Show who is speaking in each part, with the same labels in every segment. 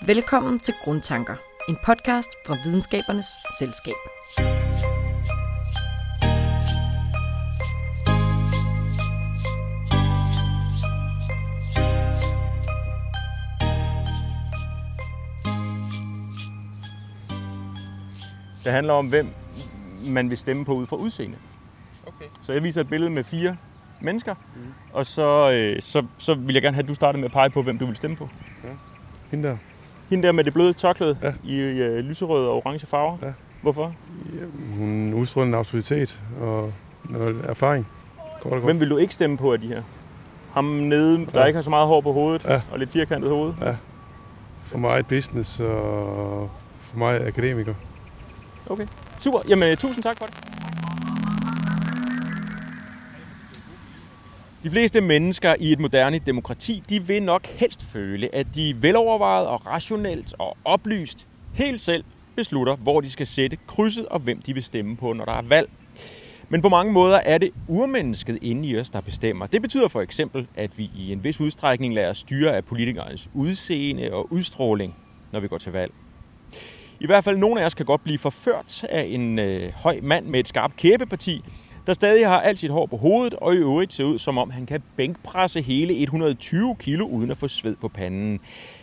Speaker 1: Velkommen til Grundtanker, en podcast fra Videnskabernes Selskab.
Speaker 2: Det handler om, hvem man vil stemme på ud fra udseende.
Speaker 3: Okay.
Speaker 2: Så jeg viser et billede med 4 mennesker, og så vil jeg gerne have, at du starter med at pege på, hvem du vil stemme på.
Speaker 3: Ja. Hende der.
Speaker 2: Hende der med det bløde tørklæde
Speaker 3: Ja.
Speaker 2: i lyserøde og orange farver.
Speaker 3: Ja.
Speaker 2: Hvorfor?
Speaker 3: Hun udstråler en autoritet og noget erfaring.
Speaker 2: Hvem vil du ikke stemme på af de her? Ham nede, der ikke har så meget hår på hovedet og lidt firkantet hoved?
Speaker 3: Ja. For mig et business og for mig akademiker.
Speaker 2: Okay, super. Jamen, tusind tak for det. De fleste mennesker i et moderne demokrati, de vil nok helst føle, at de velovervejet og rationelt og oplyst helt selv beslutter, hvor de skal sætte krydset og hvem de vil stemme på, når der er valg. Men på mange måder er det urmennesket inde i os, der bestemmer. Det betyder for eksempel, at vi i en vis udstrækning lader os styre af politikernes udseende og udstråling, når vi går til valg. I hvert fald nogle af os kan godt blive forført af en høj mand med et skarpt kæbeparti, der stadig har alt sit hår på hovedet og i øvrigt ser ud, som om han kan bænkpresse hele 120 kilo uden at få sved på panden.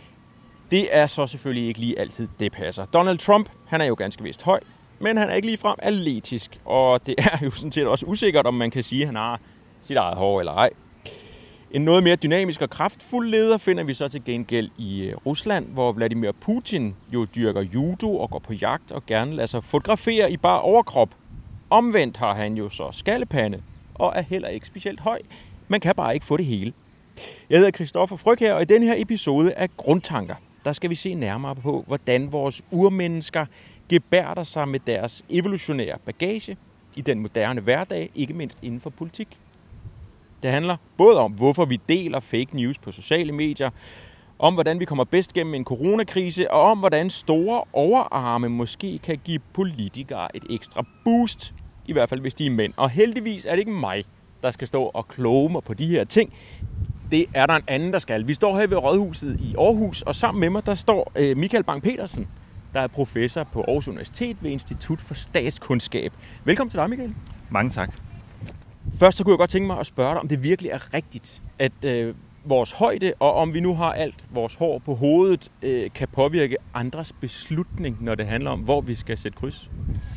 Speaker 2: Det er så selvfølgelig ikke lige altid, det passer. Donald Trump, han er jo ganske vist høj, men han er ikke ligefrem atletisk, og det er jo sådan set også usikkert, om man kan sige, at han har sit eget hår eller ej. En noget mere dynamisk og kraftfuld leder finder vi så til gengæld i Rusland, hvor Vladimir Putin jo dyrker judo og går på jagt og gerne lader sig fotografere i bare overkrop. Omvendt har han jo så skallepande og er heller ikke specielt høj. Man kan bare ikke få det hele. Jeg hedder Christoffer Fryg her, og i denne her episode af Grundtanker, der skal vi se nærmere på, hvordan vores urmennesker gebærder sig med deres evolutionære bagage i den moderne hverdag, ikke mindst inden for politik. Det handler både om, hvorfor vi deler fake news på sociale medier, om hvordan vi kommer bedst gennem en coronakrise, og om hvordan store overarme måske kan give politikere et ekstra boost, i hvert fald hvis de er mænd. Og heldigvis er det ikke mig, der skal stå og kloge mig på de her ting. Det er der en anden, der skal. Vi står her ved Rådhuset i Aarhus, og sammen med mig, der står Michael Bang-Petersen, der er professor på Aarhus Universitet ved Institut for Statskundskab. Velkommen til dig, Michael.
Speaker 4: Mange tak.
Speaker 2: Først så kunne jeg godt tænke mig at spørge dig, om det virkelig er rigtigt, at vores højde, og om vi nu har alt vores hår på hovedet, kan påvirke andres beslutning, når det handler om, hvor vi skal sætte kryds?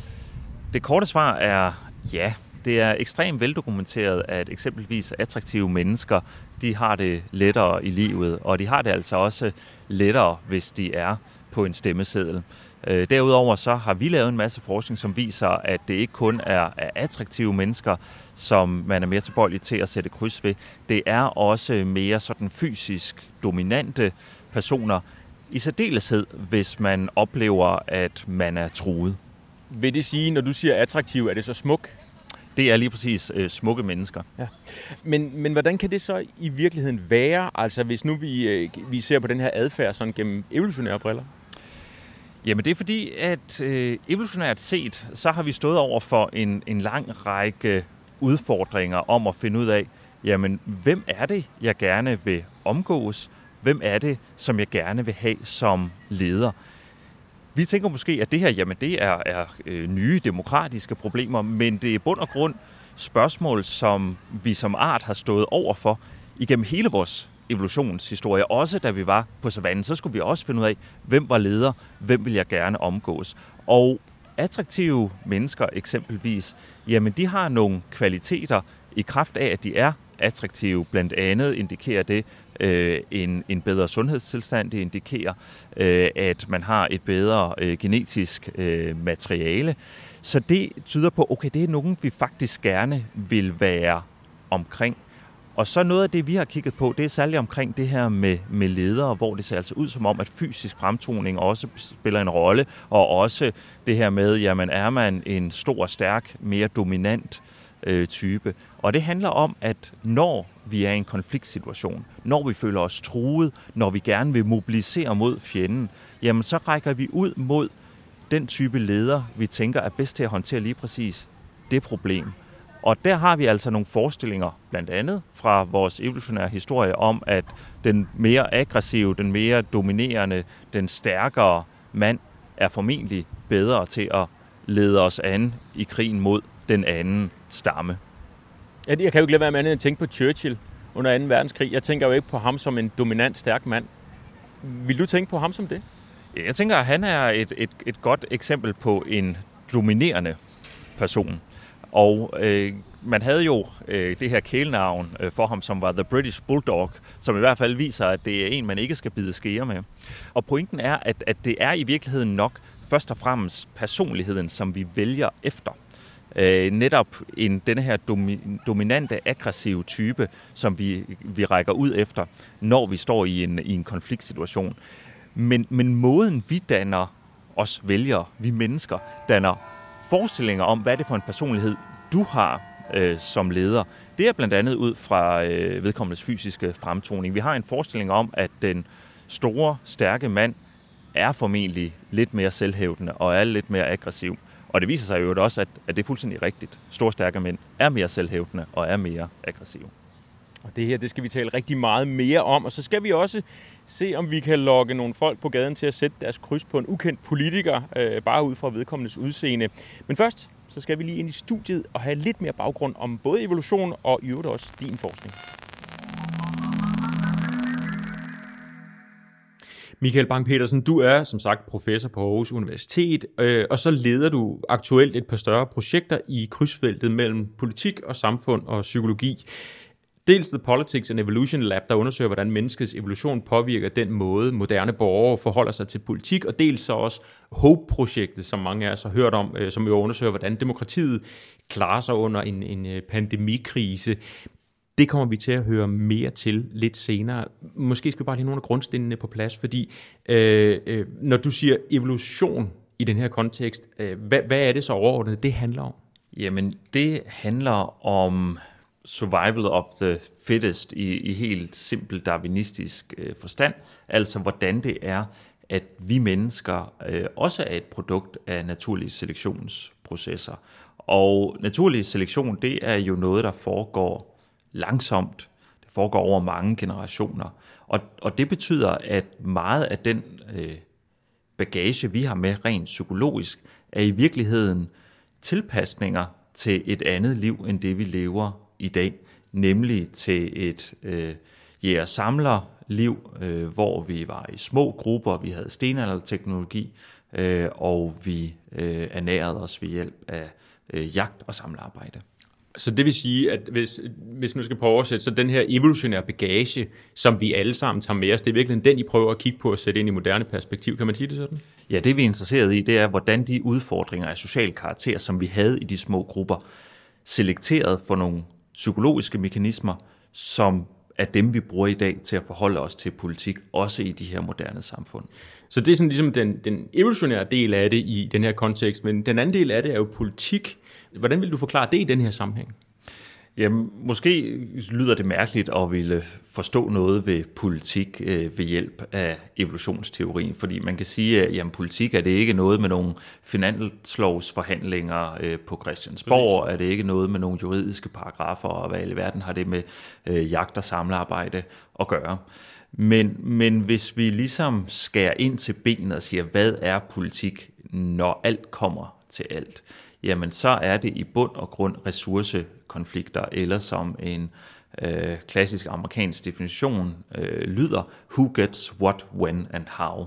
Speaker 4: Det korte svar er ja. Det er ekstremt veldokumenteret, at eksempelvis attraktive mennesker, de har det lettere i livet, og de har det altså også lettere, hvis de er på en stemmeseddel. Derudover så har vi lavet en masse forskning, som viser, at det ikke kun er attraktive mennesker, som man er mere tilbøjelig til at sætte kryds ved. Det er også mere sådan fysisk dominante personer, i særdeleshed, hvis man oplever, at man er truet.
Speaker 2: Vil det sige, når du siger attraktiv, er det så smuk?
Speaker 4: Det er lige præcis smukke mennesker.
Speaker 2: Ja. Men hvordan kan det så i virkeligheden være, altså hvis nu vi ser på den her adfærd sådan gennem evolutionære briller?
Speaker 4: Jamen det er fordi, at evolutionært set, så har vi stået over for en lang række udfordringer om at finde ud af, jamen hvem er det, jeg gerne vil omgås? Hvem er det, som jeg gerne vil have som leder? Vi tænker måske, at det her, jamen det er nye demokratiske problemer, men det er i bund og grund spørgsmål, som vi som art har stået over for igennem hele vores evolutionshistorie. Også da vi var på savannen, så skulle vi også finde ud af, hvem var leder, hvem vil jeg gerne omgås. Og attraktive mennesker eksempelvis, jamen de har nogle kvaliteter i kraft af, at de er attraktive. Blandt andet indikerer det en bedre sundhedstilstand. Det indikerer, at man har et bedre genetisk materiale. Så det tyder på, okay, det er nogen, vi faktisk gerne vil være omkring. Og så noget af det, vi har kigget på, det er særligt omkring det her med ledere, hvor det ser altså ud som om, at fysisk fremtoning også spiller en rolle, og også det her med, jamen er man en stor, stærk, mere dominant type. Og det handler om, at når vi er i en konfliktsituation, når vi føler os truet, når vi gerne vil mobilisere mod fjenden, jamen så rækker vi ud mod den type leder, vi tænker er bedst til at håndtere lige præcis det problem. Og der har vi altså nogle forestillinger, blandt andet fra vores evolutionære historie, om at den mere aggressive, den mere dominerende, den stærkere mand er formentlig bedre til at lede os an i krigen mod den anden stamme.
Speaker 2: Jeg kan jo ikke lade være med andet end at tænke på Churchill under 2. verdenskrig. Jeg tænker jo ikke på ham som en dominant, stærk mand. Vil du tænke på ham som det?
Speaker 4: Jeg tænker, at han er et godt eksempel på en dominerende person. Og man havde jo det her kælenavn for ham, som var The British Bulldog, som i hvert fald viser, at det er en, man ikke skal bide skære med. Og pointen er, at det er i virkeligheden nok først og fremmest personligheden, som vi vælger efter. Netop denne her dominante, aggressive type, som vi rækker ud efter, når vi står i en konfliktsituation. Men måden vi danner os vælgere, vi mennesker, danner forestillinger om, hvad er det for en personlighed, du har som leder. Det er blandt andet ud fra vedkommendes fysiske fremtoning. Vi har en forestilling om, at den store, stærke mand er formentlig lidt mere selvhævdende og er lidt mere aggressiv. Og det viser sig jo også, at det er fuldstændig rigtigt. Store, stærke mænd er mere selvhævdende og er mere aggressive.
Speaker 2: Og det her, det skal vi tale rigtig meget mere om. Og så skal vi også se, om vi kan lokke nogle folk på gaden til at sætte deres kryds på en ukendt politiker, bare ud fra vedkommendes udseende. Men først, så skal vi lige ind i studiet og have lidt mere baggrund om både evolution og i øvrigt også din forskning. Michael Bang-Petersen, du er som sagt professor på Aarhus Universitet, og så leder du aktuelt et par større projekter i krydsfeltet mellem politik og samfund og psykologi. Dels The Politics and Evolution Lab, der undersøger, hvordan menneskets evolution påvirker den måde, moderne borgere forholder sig til politik, og dels så også HOPE-projektet, som mange af os har hørt om, som jo undersøger, hvordan demokratiet klarer sig under en pandemikrise. Det kommer vi til at høre mere til lidt senere. Måske skal vi bare lige nogle af grundstenene på plads, fordi når du siger evolution i den her kontekst, hvad er det så overordnet, det handler om?
Speaker 4: Jamen, det handler om survival of the fittest i helt simpel darwinistisk forstand. Altså, hvordan det er, at vi mennesker også er et produkt af naturlige selektionsprocesser. Og naturlig selektion, det er jo noget, der foregår langsomt. Det foregår over mange generationer. Og det betyder, at meget af den bagage, vi har med rent psykologisk, er i virkeligheden tilpasninger til et andet liv, end det vi lever i dag. Nemlig til et jæger-samler-liv, hvor vi var i små grupper, vi havde stenalderteknologi, og vi ernærede os ved hjælp af jagt- og samlearbejde.
Speaker 2: Så det vil sige, at hvis nu skal prøve at oversætte, så den her evolutionære bagage, som vi alle sammen tager med os, det er virkelig den, I prøver at kigge på og sætte ind i moderne perspektiv. Kan man sige det sådan?
Speaker 4: Ja, det vi er interesseret i, det er, hvordan de udfordringer af social karakter, som vi havde i de små grupper, selekteret for nogle psykologiske mekanismer, som er dem, vi bruger i dag til at forholde os til politik, også i de her moderne samfund.
Speaker 2: Så det er sådan ligesom den evolutionære del af det i den her kontekst, men den anden del af det er jo politik. Hvordan vil du forklare det i den her sammenhæng?
Speaker 4: Jamen, måske lyder det mærkeligt at ville forstå noget ved politik ved hjælp af evolutionsteorien, fordi man kan sige, at jamen, politik er det ikke noget med nogle finanslovsforhandlinger på Christiansborg, er det ikke noget med nogle juridiske paragrafer, og hvad i verden har det med jagt- og samlearbejde at gøre. Men hvis vi ligesom skærer ind til benet og siger, hvad er politik, når alt kommer til alt, jamen så er det i bund og grund ressourcekonflikter, eller som en klassisk amerikansk definition lyder, who gets what, when and how.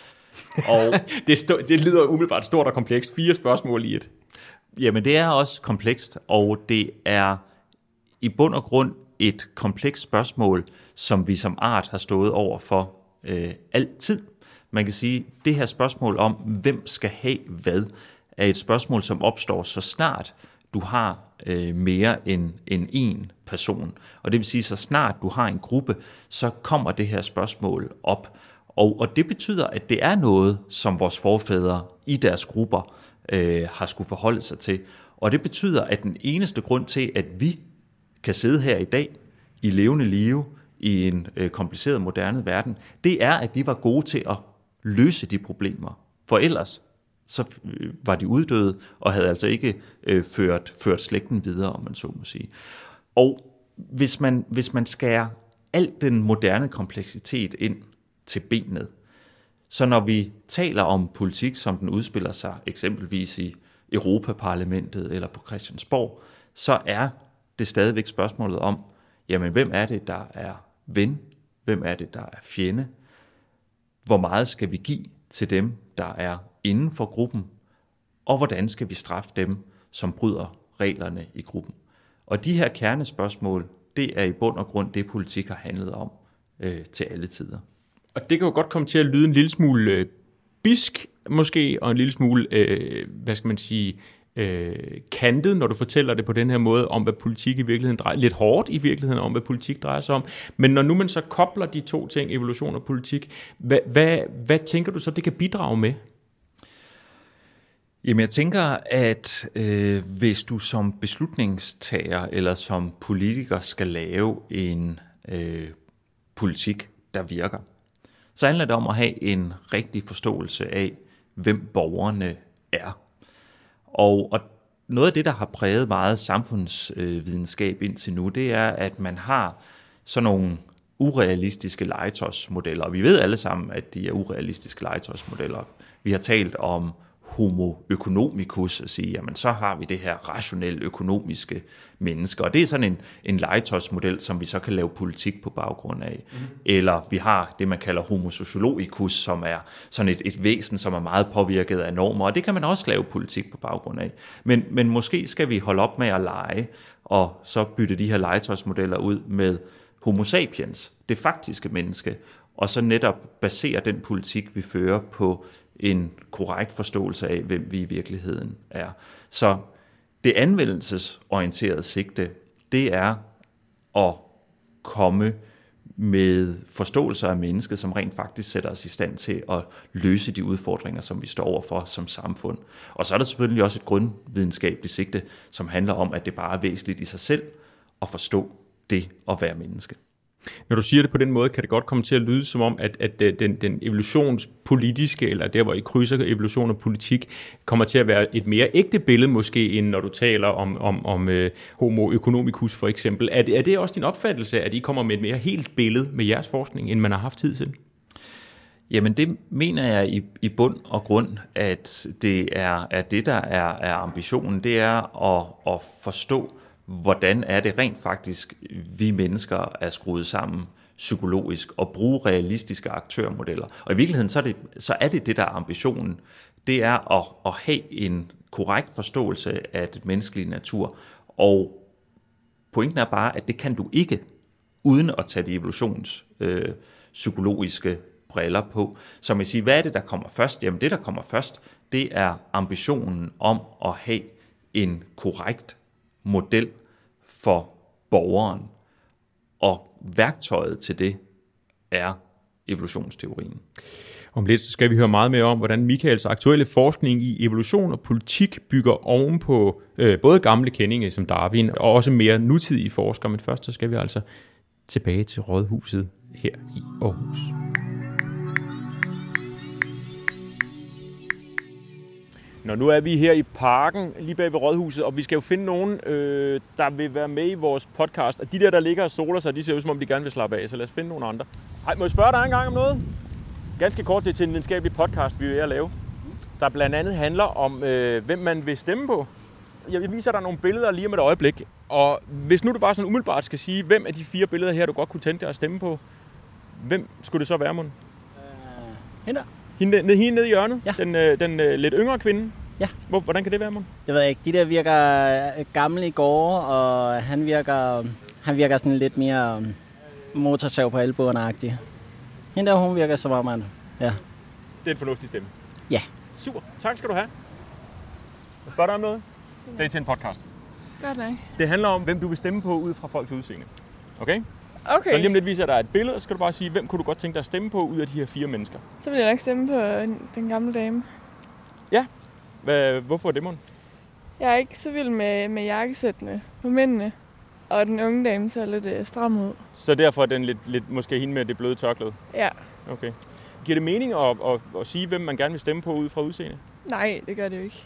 Speaker 2: Og det lyder umiddelbart stort og komplekst. 4 spørgsmål i et.
Speaker 4: Jamen det er også komplekst, og det er i bund og grund et komplekst spørgsmål, som vi som art har stået over for altid. Man kan sige, at det her spørgsmål om, hvem skal have hvad, er et spørgsmål, som opstår så snart du har mere end en person. Og det vil sige, så snart du har en gruppe, så kommer det her spørgsmål op. Og det betyder, at det er noget, som vores forfædre i deres grupper har skulle forholde sig til. Og det betyder, at den eneste grund til, at vi kan sidde her i dag i levende live i en kompliceret moderne verden, det er, at de var gode til at løse de problemer. For ellers så var de uddøde og havde altså ikke ført slægten videre, om man så må sige. Og hvis man skærer alt den moderne kompleksitet ind til benet, så når vi taler om politik, som den udspiller sig eksempelvis i Europaparlamentet eller på Christiansborg, så er det stadigvæk spørgsmålet om, jamen hvem er det, der er ven? Hvem er det, der er fjende? Hvor meget skal vi give til dem, der er inden for gruppen? Og hvordan skal vi straffe dem, som bryder reglerne i gruppen? Og de her kernespørgsmål, det er i bund og grund det, politik har handlet om til alle tider.
Speaker 2: Og det kan jo godt komme til at lyde en lille smule bisk, måske, og en lille smule, kantet, når du fortæller det på den her måde, om hvad politik i virkeligheden drejer, lidt hårdt i virkeligheden, om hvad politik drejer sig om. Men når nu man så kobler de to ting, evolution og politik, hvad tænker du så, det kan bidrage med?
Speaker 4: Jamen jeg tænker, at hvis du som beslutningstager eller som politiker skal lave en politik, der virker, så handler det om at have en rigtig forståelse af, hvem borgerne er. Og noget af det, der har præget meget samfundsvidenskab indtil nu, det er, at man har sådan nogle urealistiske legetøjsmodeller. Og vi ved alle sammen, at de er urealistiske legetøjsmodeller. Vi har talt om homo economicus, og sige, jamen så har vi det her rationelle økonomiske menneske. Og det er sådan en legetøjsmodel, som vi så kan lave politik på baggrund af. Eller vi har det, man kalder homo sociologicus, som er sådan et væsen, som er meget påvirket af normer, og det kan man også lave politik på baggrund af. Men måske skal vi holde op med at lege, og så bytte de her legetøjsmodeller ud med homo sapiens, det faktiske menneske, og så netop basere den politik, vi fører på en korrekt forståelse af, hvem vi i virkeligheden er. Så det anvendelsesorienterede sigte, det er at komme med forståelser af mennesket, som rent faktisk sætter os i stand til at løse de udfordringer, som vi står overfor som samfund. Og så er der selvfølgelig også et grundvidenskabeligt sigte, som handler om, at det bare er væsentligt i sig selv at forstå det at være menneske.
Speaker 2: Når du siger det på den måde, kan det godt komme til at lyde som om, at den evolutionspolitiske, eller der hvor I krydser evolution og politik, kommer til at være et mere ægte billede måske, end når du taler om homo economicus for eksempel. Er det også din opfattelse, at I kommer med et mere helt billede med jeres forskning, end man har haft tid til?
Speaker 4: Jamen det mener jeg i bund og grund, at det er det, der er ambitionen. Det er at forstå, hvordan er det rent faktisk, vi mennesker er skruet sammen psykologisk, og bruge realistiske aktørmodeller. Og i virkeligheden så er det der er ambitionen. Det er at have en korrekt forståelse af det menneskelige natur. Og pointen er bare, at det kan du ikke, uden at tage de evolutionspsykologiske briller på. Så man siger, hvad er det, der kommer først? Jamen det, der kommer først, det er ambitionen om at have en korrekt model for borgeren, og værktøjet til det er evolutionsteorien.
Speaker 2: Om lidt så skal vi høre meget mere om, hvordan Michaels aktuelle forskning i evolution og politik bygger oven på både gamle kendinge som Darwin, og også mere nutidige forskere. Men først så skal vi altså tilbage til Rådhuset her i Aarhus. Nu er vi her i parken, lige bag ved Rådhuset, og vi skal jo finde nogen, der vil være med i vores podcast. Og de der ligger og soler sig, de ser ud som om, de gerne vil slappe af, så lad os finde nogle andre. Hej, må jeg spørge dig engang om noget? Ganske kort, det er til en videnskabelig podcast, vi er ved at lave, der blandt andet handler om, hvem man vil stemme på. Jeg viser dig nogle billeder lige om et øjeblik, og hvis nu du bare sådan umiddelbart skal sige, hvem af de 4 billeder her, du godt kunne tænke dig at stemme på, hvem skulle det så være, Mon?
Speaker 5: Hende der.
Speaker 2: Hende nede i hjørnet?
Speaker 5: Ja.
Speaker 2: Den lidt yngre kvinde?
Speaker 5: Ja.
Speaker 2: Hvordan kan det være, Mon?
Speaker 5: Det ved jeg ikke. De der virker gamle i går, og han virker sådan lidt mere motorsav på albuerne-agtig. Hende der, hun virker som om, ja.
Speaker 2: Det er en fornuftig stemme?
Speaker 5: Ja.
Speaker 2: Super. Tak skal du have. Jeg spørger dig om noget? Det er til en podcast.
Speaker 6: Godt nok.
Speaker 2: Det handler om, hvem du vil stemme på ud fra folks udseende. Okay?
Speaker 6: Okay.
Speaker 2: Så lige om lidt viser jeg dig et billede, og så skal du bare sige, hvem kunne du godt tænke dig at stemme på ud af de her 4 mennesker?
Speaker 6: Så vil jeg nok stemme på den gamle dame.
Speaker 2: Ja. Hvorfor det, Mon?
Speaker 6: Jeg er ikke så vild med jakkesættene på mændene, og den unge dame ser lidt stram ud.
Speaker 2: Så derfor er den lidt måske hende med det bløde tørklæde?
Speaker 6: Ja.
Speaker 2: Okay. Giver det mening at sige, hvem man gerne vil stemme på ud fra udseende?
Speaker 6: Nej, det gør det jo ikke.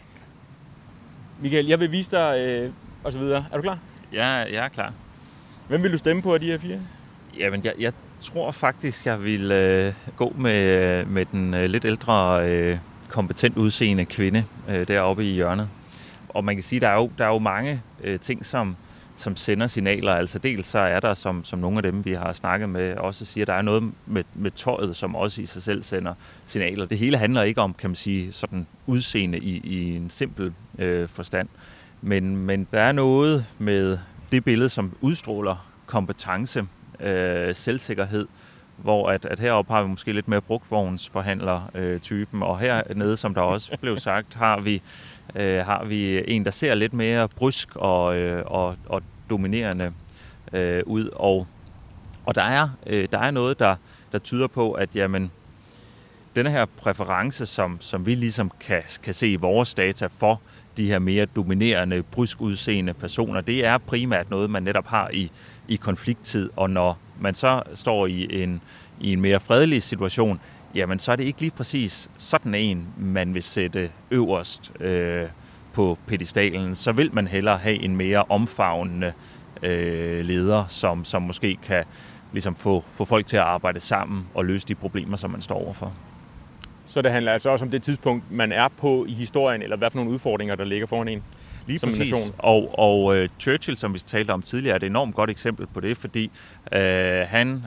Speaker 2: Michael, jeg vil vise dig og så videre. Er du klar?
Speaker 4: Ja, jeg er klar.
Speaker 2: Hvem vil du stemme på af de her 4?
Speaker 4: Jamen, jeg tror faktisk, jeg vil gå med den lidt ældre, kompetent udseende kvinde deroppe i hjørnet. Og man kan sige, der er jo mange ting, som sender signaler. Altså dels så er der, som nogle af dem, vi har snakket med, også siger, der er noget med tøjet, som også i sig selv sender signaler. Det hele handler ikke om, kan man sige, sådan udseende i en simpel forstand. Men der er noget med det billede, som udstråler kompetence, selvsikkerhed, hvor at heroppe har vi måske lidt mere brugtvognsforhandler-typen, og hernede, som der også blev sagt, har vi en, der ser lidt mere brysk og dominerende ud, og der er noget, der tyder på, at jamen, denne her præference, som vi ligesom kan se i vores data for de her mere dominerende, brysk udseende personer, det er primært noget, man netop har i konflikttid, og når man så står i en mere fredelig situation, jamen så er det ikke lige præcis sådan en, man vil sætte øverst på pedestalen. Så vil man hellere have en mere omfavnende leder, som måske kan ligesom få folk til at arbejde sammen og løse de problemer, som man står overfor.
Speaker 2: Så det handler altså også om det tidspunkt, man er på i historien, eller hvad for nogle udfordringer, der ligger foran en.
Speaker 4: Lige præcis. Og Churchill, som vi talte om tidligere, er et enormt godt eksempel på det, fordi han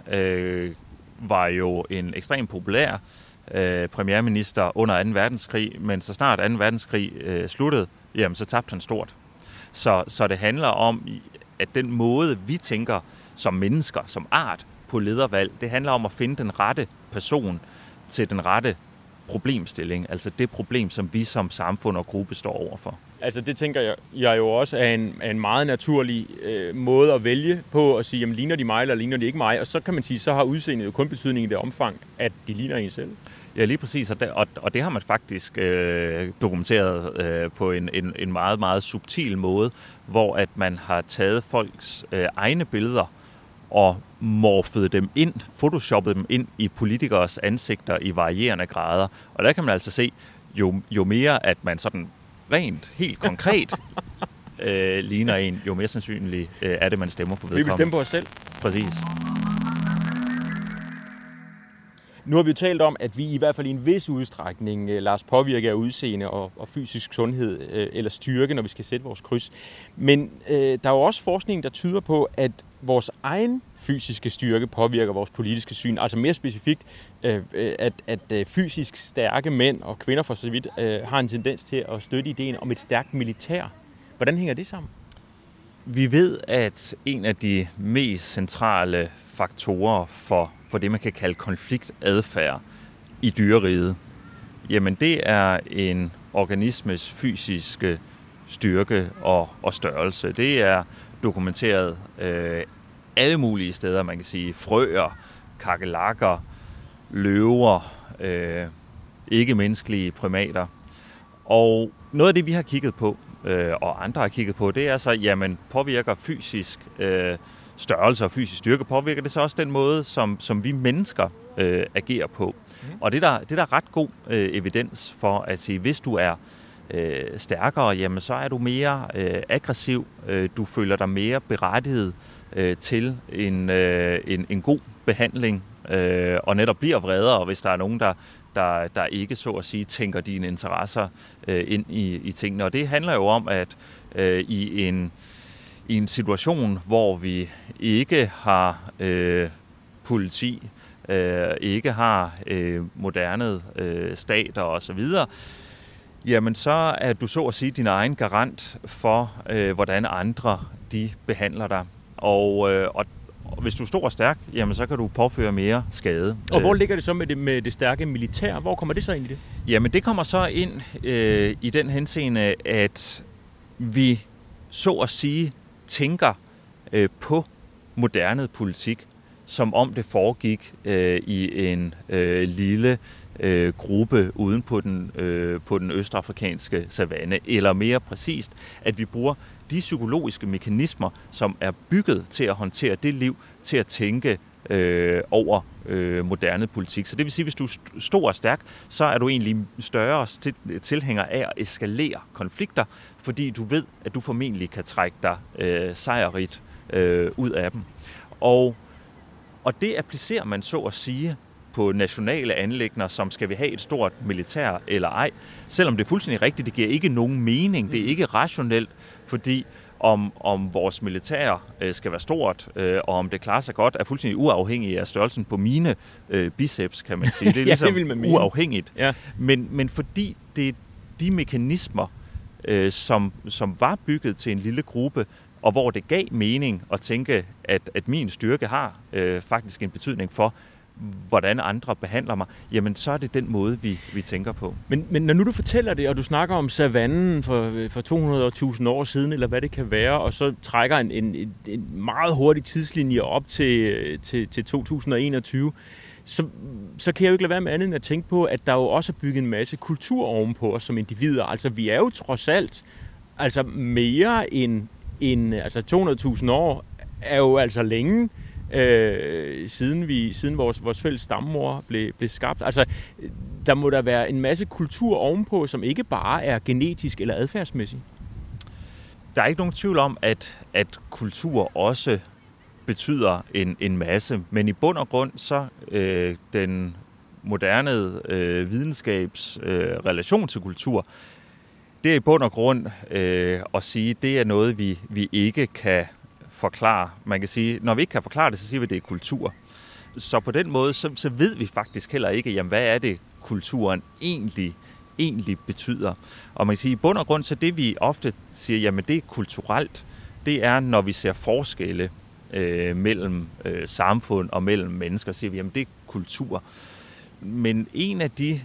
Speaker 4: var jo en ekstremt populær premierminister under 2. verdenskrig, men så snart 2. verdenskrig sluttede, jamen så tabte han stort. Så det handler om, at den måde, vi tænker som mennesker, som art på ledervalg, det handler om at finde den rette person til den rette problemstilling, altså det problem, som vi som samfund og gruppe står overfor.
Speaker 2: Altså det tænker jeg jo også er en meget naturlig måde at vælge på at sige, jamen ligner de mig, eller ligner de ikke mig, og så kan man sige, så har udseendet jo kun betydning i det omfang, at de ligner en selv.
Speaker 4: Ja, lige præcis, og det har man faktisk dokumenteret på en meget, meget subtil måde, hvor at man har taget folks egne billeder og morfede dem ind, photoshoppede dem ind i politikers ansigter i varierende grader. Og der kan man altså se, jo mere at man sådan rent, helt konkret ligner en, jo mere sandsynligt er det, man stemmer på vedkommende.
Speaker 2: Vi vil stemme på os selv.
Speaker 4: Præcis.
Speaker 2: Nu har vi jo talt om, at vi i hvert fald i en vis udstrækning lader os påvirke af udseende og fysisk sundhed eller styrke, når vi skal sætte vores kryds. Men der er jo også forskning, der tyder på, at vores egen fysiske styrke påvirker vores politiske syn. Altså mere specifikt, at fysisk stærke mænd og kvinder for så vidt har en tendens til at støtte ideen om et stærkt militær. Hvordan hænger det sammen?
Speaker 4: Vi ved, at en af de mest centrale faktorer for det, man kan kalde konfliktadfærd i dyreriget, jamen det er en organismes fysiske styrke og størrelse. Det er dokumenteret alle mulige steder, man kan sige frøer, kakelakker, løver, ikke-menneskelige primater. Og noget af det, vi har kigget på, og andre har kigget på, det er så, jamen påvirker fysisk størrelse og fysisk styrke, påvirker det så også den måde, som vi mennesker agerer på. Og det er der ret god evidens for at sige, hvis du er stærkere, jamen så er du mere aggressiv, du føler dig mere berettiget til en god behandling, og netop bliver vredere, hvis der er nogen, der ikke så at sige tænker dine interesser ind i tingene. Og det handler jo om, at i en situation, hvor vi ikke har politi, ikke har moderne stater osv., jamen så er du så at sige din egen garant for, hvordan andre de behandler dig. Og hvis du er stor og stærk, jamen så kan du påføre mere skade.
Speaker 2: Og hvor ligger det så med det stærke militær? Hvor kommer det så ind i det?
Speaker 4: Jamen det kommer så ind i den henseende, at vi så at sige tænker på moderne politik, som om det foregik i en lille gruppe uden på den østafrikanske savanne, eller mere præcist, at vi bruger de psykologiske mekanismer, som er bygget til at håndtere det liv, til at tænke over moderne politik. Så det vil sige, hvis du er stor og stærk, så er du egentlig større tilhænger af at eskalere konflikter, fordi du ved, at du formentlig kan trække dig sejrigt ud af dem. Og det applicerer man så at sige på nationale anliggender, som skal vi have et stort militær eller ej. Selvom det er fuldstændig rigtigt, det giver ikke nogen mening, det er ikke rationelt, fordi om vores militær skal være stort, og om det klarer sig godt, er fuldstændig uafhængigt af størrelsen på mine biceps, kan man sige. Det er ligesom det uafhængigt. Ja. Men fordi det er de mekanismer, som var bygget til en lille gruppe, og hvor det gav mening at tænke, at min styrke har faktisk en betydning for, hvordan andre behandler mig, jamen så er det den måde, vi tænker på.
Speaker 2: Men når nu du fortæller det, og du snakker om savannen for 200.000 år siden, eller hvad det kan være, og så trækker en meget hurtig tidslinje op til 2021, så kan jeg jo ikke lade være med andet end at tænke på, at der jo også er bygget en masse kultur ovenpå os som individer. Altså vi er jo trods alt mere end 200.000 år er jo altså længe, siden vores fælles stammemor blev skabt. Altså, der må der være en masse kultur ovenpå, som ikke bare er genetisk eller adfærdsmæssig.
Speaker 4: Der er ikke nogen tvivl om, at kultur også betyder en masse, men i bund og grund så den moderne videnskabs relation til kultur, det er i bund og grund at sige, det er noget, vi ikke kan forklare. Man kan sige, når vi ikke kan forklare det, så siger vi, at det er kultur. Så på den måde, så ved vi faktisk heller ikke, jamen, hvad er det, kulturen egentlig betyder. Og man kan sige, i bund og grund, så det vi ofte siger, jamen det er kulturelt, det er, når vi ser forskelle mellem samfund og mellem mennesker, siger vi, jamen det er kultur. Men en af de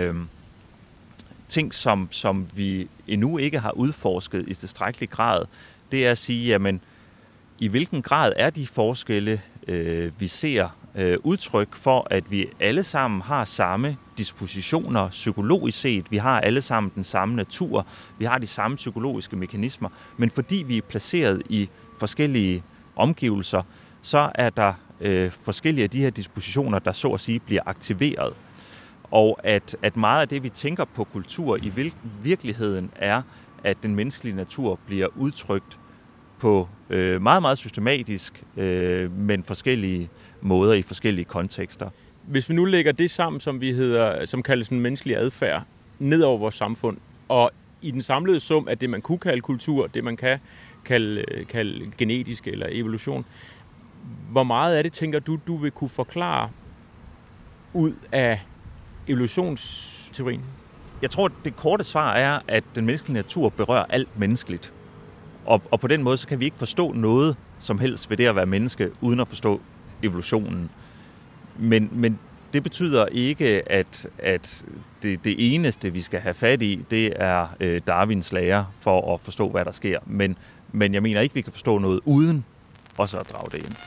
Speaker 4: ting, som vi endnu ikke har udforsket i tilstrækkelig grad, det er at sige, jamen i hvilken grad er de forskelle, vi ser, udtryk for, at vi alle sammen har samme dispositioner psykologisk set. Vi har alle sammen den samme natur. Vi har de samme psykologiske mekanismer. Men fordi vi er placeret i forskellige omgivelser, så er der forskellige af de her dispositioner, der så at sige bliver aktiveret. Og at meget af det, vi tænker på kultur i virkeligheden, er, at den menneskelige natur bliver udtrykt på meget, meget systematisk, men forskellige måder i forskellige kontekster.
Speaker 2: Hvis vi nu lægger det sammen, som kaldes en menneskelig adfærd, ned over vores samfund, og i den samlede sum af det, man kunne kalde kultur, det man kan kalde genetisk eller evolution, hvor meget af det, tænker du vil kunne forklare ud af evolutionsteorien?
Speaker 4: Jeg tror, det korte svar er, at den menneskelige natur berører alt menneskeligt. Og på den måde, så kan vi ikke forstå noget som helst ved det at være menneske, uden at forstå evolutionen. Men det betyder ikke, at det eneste, vi skal have fat i, det er Darwins lære for at forstå, hvad der sker. Men jeg mener ikke, vi kan forstå noget uden også at drage det ind.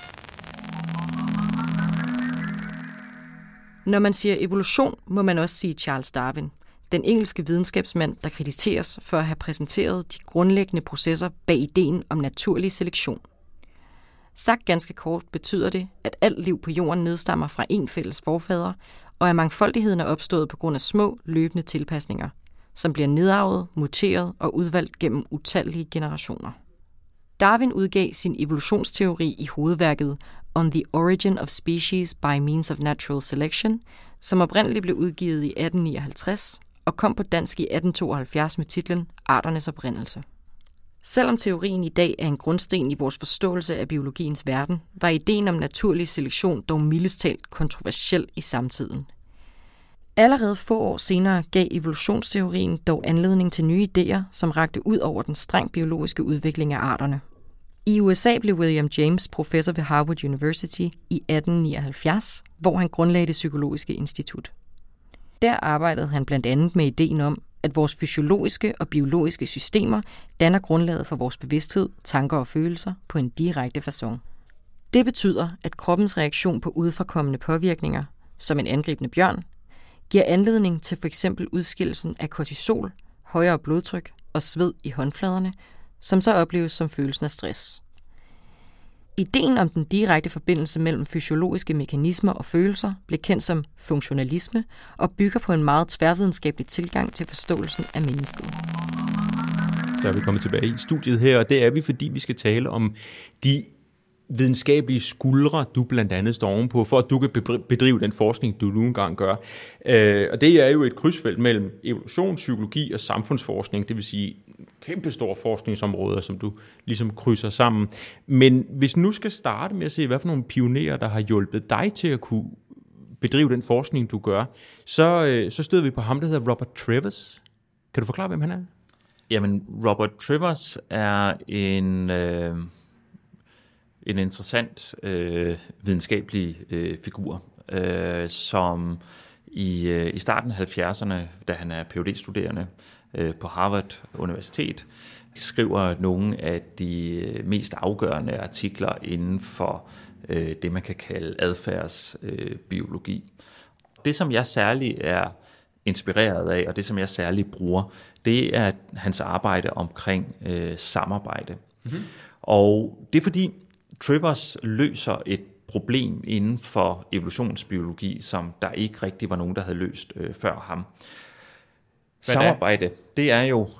Speaker 1: Når man siger evolution, må man også sige Charles Darwin, den engelske videnskabsmand, der krediteres for at have præsenteret de grundlæggende processer bag ideen om naturlig selektion. Sagt ganske kort betyder det, at alt liv på jorden nedstammer fra en fælles forfader, og at mangfoldigheden er opstået på grund af små, løbende tilpasninger, som bliver nedarvet, muteret og udvalgt gennem utallige generationer. Darwin udgav sin evolutionsteori i hovedværket On the Origin of Species by Means of Natural Selection, som oprindeligt blev udgivet i 1859 og kom på dansk i 1872 med titlen Arternes oprindelse. Selvom teorien i dag er en grundsten i vores forståelse af biologiens verden, var ideen om naturlig selektion dog mildest talt kontroversiel i samtiden. Allerede få år senere gav evolutionsteorien dog anledning til nye idéer, som rakte ud over den strengt biologiske udvikling af arterne. I USA blev William James professor ved Harvard University i 1879, hvor han grundlagde det psykologiske institut. Der arbejdede han blandt andet med ideen om, at vores fysiologiske og biologiske systemer danner grundlaget for vores bevidsthed, tanker og følelser på en direkte facon. Det betyder, at kroppens reaktion på udefrakommende påvirkninger, som en angribende bjørn, giver anledning til f.eks. udskillelsen af kortisol, højere blodtryk og sved i håndfladerne, som så opleves som følelsen af stress. Ideen om den direkte forbindelse mellem fysiologiske mekanismer og følelser blev kendt som funktionalisme og bygger på en meget tværvidenskabelig tilgang til forståelsen af mennesket.
Speaker 2: Så er vi kommet tilbage i studiet her, og det er vi, fordi vi skal tale om de videnskabelige skuldre, du blandt andet står ovenpå, for at du kan bedrive den forskning, du nu engang gør. Og det er jo et krydsfelt mellem evolution, psykologi og samfundsforskning, det vil sige kæmpestore forskningsområder, som du ligesom krydser sammen. Men hvis nu skal starte med at se, hvad for nogle pionerer, der har hjulpet dig til at kunne bedrive den forskning, du gør, så støder vi på ham, der hedder Robert Trivers. Kan du forklare, hvem han er?
Speaker 4: Jamen, Robert Trivers er en interessant videnskabelig figur, som i starten af 70'erne, da han er Ph.D.-studerende på Harvard Universitet, skriver nogle af de mest afgørende artikler inden for det, man kan kalde adfærdsbiologi. Det, som jeg særligt er inspireret af, og det, som jeg særligt bruger, det er hans arbejde omkring samarbejde. Mm-hmm. Og det er fordi, Trivers løser et problem inden for evolutionsbiologi, som der ikke rigtig var nogen, der havde løst før ham. Samarbejde, det er jo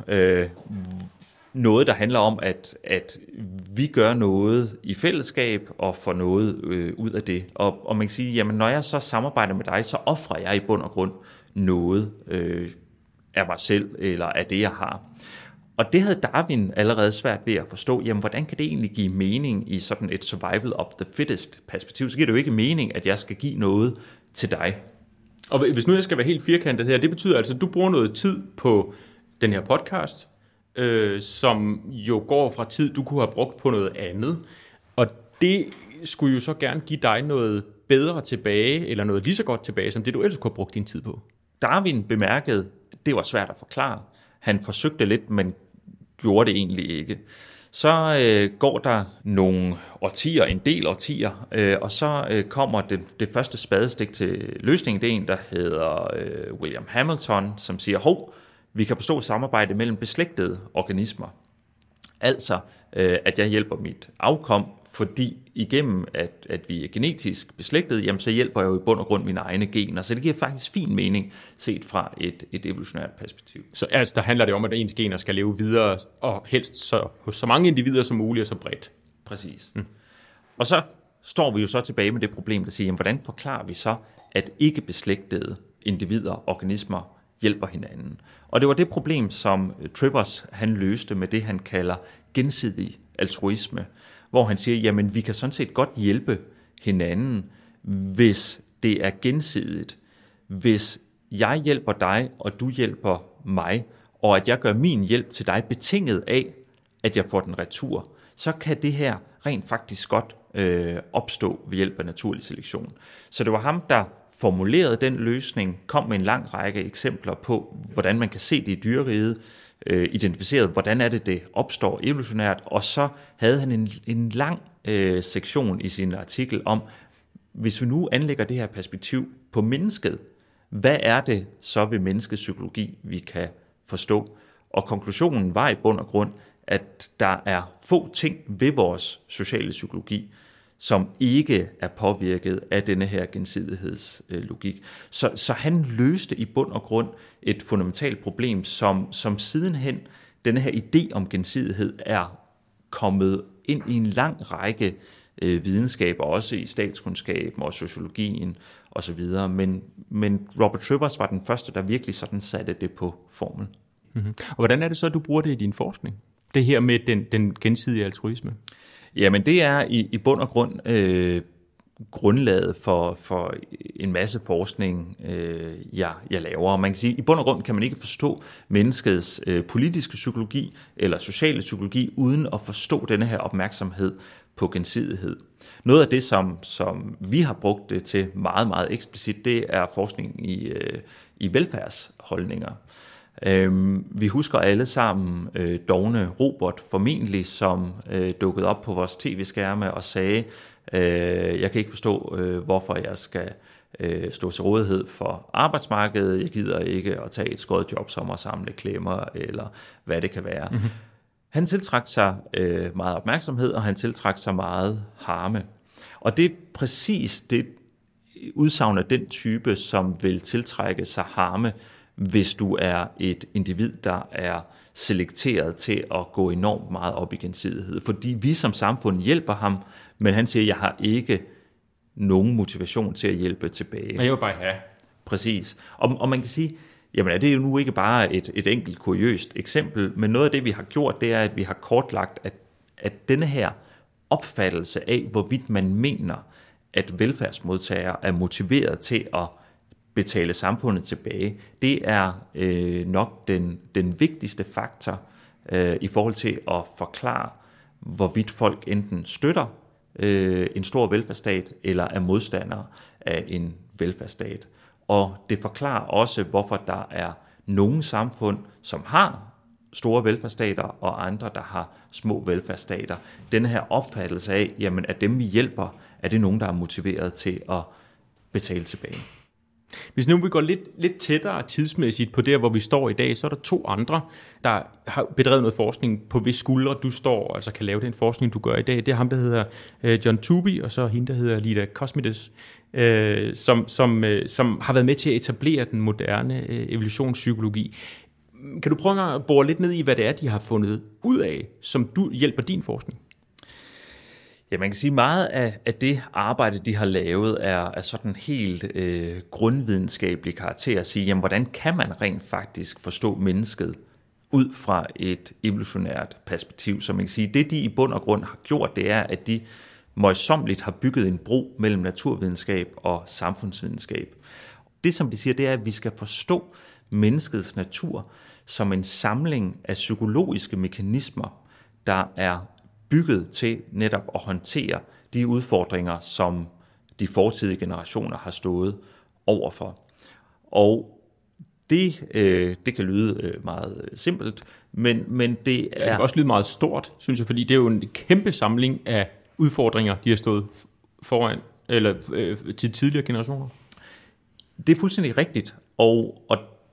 Speaker 4: noget, der handler om, at vi gør noget i fællesskab og får noget ud af det. Og man kan sige, jamen når jeg så samarbejder med dig, så offrer jeg i bund og grund noget af mig selv eller af det, jeg har. Og det havde Darwin allerede svært ved at forstå, jamen hvordan kan det egentlig give mening i sådan et survival of the fittest perspektiv? Så giver det jo ikke mening, at jeg skal give noget til dig.
Speaker 2: Og hvis nu jeg skal være helt firkantet her, det betyder altså, at du bruger noget tid på den her podcast, som jo går fra tid, du kunne have brugt på noget andet. Og det skulle jo så gerne give dig noget bedre tilbage, eller noget lige så godt tilbage, som det du ellers kunne have brugt din tid på.
Speaker 4: Darwin bemærkede, det var svært at forklare. Han forsøgte lidt, men gjorde det egentlig ikke. Så går der nogle årtier, en del årtier, og så kommer det første spadestik til løsningen. Det er en, der hedder William Hamilton, som siger, vi kan forstå samarbejde mellem beslægtede organismer. Altså, at jeg hjælper mit afkom, fordi igennem, at vi er genetisk beslægtet, jamen, så hjælper jeg jo i bund og grund mine egne gener. Så det giver faktisk fin mening set fra et evolutionært perspektiv.
Speaker 2: Så altså, der handler det om, at ens gener skal leve videre, og helst hos så mange individer som muligt og så bredt.
Speaker 4: Præcis. Og så står vi jo så tilbage med det problem, der siger, jamen, hvordan forklarer vi så, at ikke beslægtede individer, organismer, hjælper hinanden? Og det var det problem, som Trivers han løste med det, han kalder gensidig altruisme, hvor han siger, jamen vi kan sådan set godt hjælpe hinanden, hvis det er gensidigt. Hvis jeg hjælper dig, og du hjælper mig, og at jeg gør min hjælp til dig betinget af, at jeg får den retur, så kan det her rent faktisk godt opstå ved hjælp af naturlig selektion. Så det var ham, der formulerede den løsning, kom med en lang række eksempler på, hvordan man kan se det i dyreriget, identificeret, hvordan er det opstår evolutionært, og så havde han en lang sektion i sin artikel om, hvis vi nu anlægger det her perspektiv på mennesket, hvad er det så ved menneskets psykologi, vi kan forstå? Og konklusionen var i bund og grund, at der er få ting ved vores sociale psykologi, som ikke er påvirket af denne her gensidighedslogik. Så han løste i bund og grund et fundamentalt problem, som sidenhen denne her idé om gensidighed er kommet ind i en lang række videnskaber, også i statskundskaben og sociologien osv. Men Robert Trivers var den første, der virkelig sådan satte det på formel.
Speaker 2: Mm-hmm. Og hvordan er det så, at du bruger det i din forskning? Det her med den gensidige altruisme?
Speaker 4: Jamen det er i bund og grund grundlaget for en masse forskning, jeg laver. Og man kan sige, i bund og grund kan man ikke forstå menneskets politiske psykologi eller sociale psykologi uden at forstå denne her opmærksomhed på gensidighed. Noget af det, som vi har brugt det til meget, meget eksplicit, det er forskning i velfærdsholdninger. Vi husker alle sammen dovne Robert formentlig, som dukkede op på vores tv-skærme og sagde, jeg kan ikke forstå, hvorfor jeg skal stå til rådighed for arbejdsmarkedet. Jeg gider ikke at tage et skåret job som at samle klemmer, eller hvad det kan være. Mm-hmm. Han tiltrak sig meget opmærksomhed, og han tiltrak sig meget harme. Og det er præcis det udsagn af den type, som vil tiltrække sig harme, hvis du er et individ, der er selekteret til at gå enormt meget op i gensidighed. Fordi vi som samfund hjælper ham, men han siger, jeg har ikke nogen motivation til at hjælpe tilbage.
Speaker 2: Og jeg vil bare have.
Speaker 4: Præcis. Og man kan sige, jamen det er jo nu ikke bare et enkelt kuriøst eksempel, men noget af det, vi har gjort, det er, at vi har kortlagt, at denne her opfattelse af, hvorvidt man mener, at velfærdsmodtagere er motiveret til at betale samfundet tilbage, det er nok den vigtigste faktor i forhold til at forklare, hvorvidt folk enten støtter en stor velfærdsstat eller er modstandere af en velfærdsstat. Og det forklarer også, hvorfor der er nogle samfund, som har store velfærdsstater, og andre, der har små velfærdsstater. Den her opfattelse af, jamen, at dem vi hjælper, er det nogen, der er motiveret til at betale tilbage.
Speaker 2: Hvis nu vi går lidt tættere tidsmæssigt på der, hvor vi står i dag, så er der 2 andre, der har bedrevet noget forskning, på hvis skuldre du står, altså kan lave den forskning, du gør i dag. Det er ham, der hedder John Tooby, og så hende, der hedder Lida Cosmides, som har været med til at etablere den moderne evolutionspsykologi. Kan du prøve at bore lidt ned i, hvad det er, de har fundet ud af, som du hjælper din forskning?
Speaker 4: Ja, man kan sige, meget af det arbejde, de har lavet, er sådan helt grundvidenskabelig karakter at sige, jamen, hvordan kan man rent faktisk forstå mennesket ud fra et evolutionært perspektiv? Så man kan sige, det de i bund og grund har gjort, det er, at de møjsommeligt har bygget en bro mellem naturvidenskab og samfundsvidenskab. Det, som de siger, det er, at vi skal forstå menneskets natur som en samling af psykologiske mekanismer, der er bygget til netop at håndtere de udfordringer, som de fortidige generationer har stået overfor. Og det kan lyde meget simpelt, men det er...
Speaker 2: Det kan også lyde meget stort, synes jeg, fordi det er jo en kæmpe samling af udfordringer, de har stået foran, eller til tidligere generationer.
Speaker 4: Det er fuldstændig rigtigt, og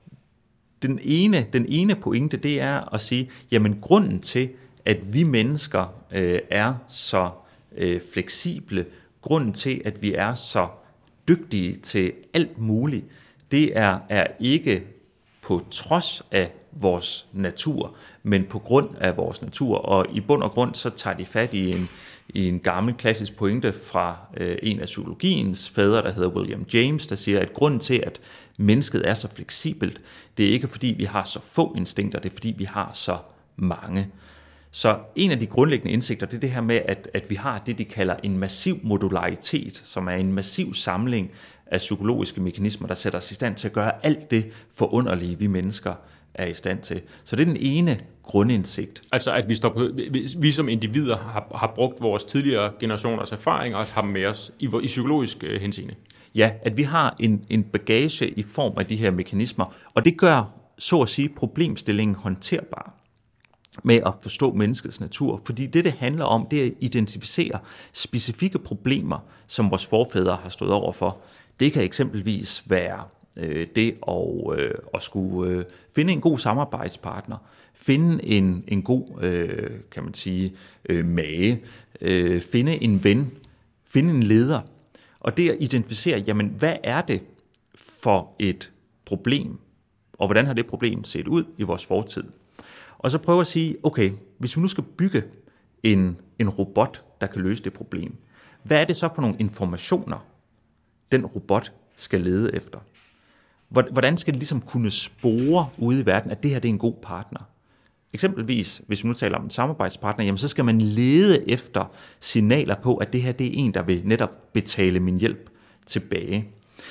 Speaker 4: den ene pointe, det er at sige, jamen grunden til, at vi mennesker er så fleksible, grunden til, at vi er så dygtige til alt muligt, det er ikke på trods af vores natur, men på grund af vores natur. Og i bund og grund, så tager de fat i en gammel klassisk pointe fra en af psykologiens fædre, der hedder William James, der siger, at grunden til, at mennesket er så fleksibelt, det er ikke fordi, vi har så få instinkter, det er fordi, vi har så mange. Så en af de grundlæggende indsigter, det er det her med, at vi har det, de kalder en massiv modularitet, som er en massiv samling af psykologiske mekanismer, der sætter os i stand til at gøre alt det forunderlige, vi mennesker er i stand til. Så det er den ene grundindsigt.
Speaker 2: Altså at vi som individer har brugt vores tidligere generationers erfaringer og har dem med os i psykologisk henseende.
Speaker 4: Ja, at vi har en bagage i form af de her mekanismer, og det gør, så at sige, problemstillingen håndterbar med at forstå menneskets natur, fordi det handler om, det er at identificere specifikke problemer, som vores forfædre har stået overfor. Det kan eksempelvis være det at skulle finde en god samarbejdspartner, finde en god, kan man sige, mage, finde en ven, finde en leder, og det at identificere, jamen hvad er det for et problem, og hvordan har det problem set ud i vores fortid? Og så prøve at sige, okay, hvis vi nu skal bygge en robot, der kan løse det problem, hvad er det så for nogle informationer, den robot skal lede efter? Hvordan skal det ligesom kunne spore ude i verden, at det her det er en god partner? Eksempelvis, hvis vi nu taler om en samarbejdspartner, jamen så skal man lede efter signaler på, at det her det er en, der vil netop betale min hjælp tilbage.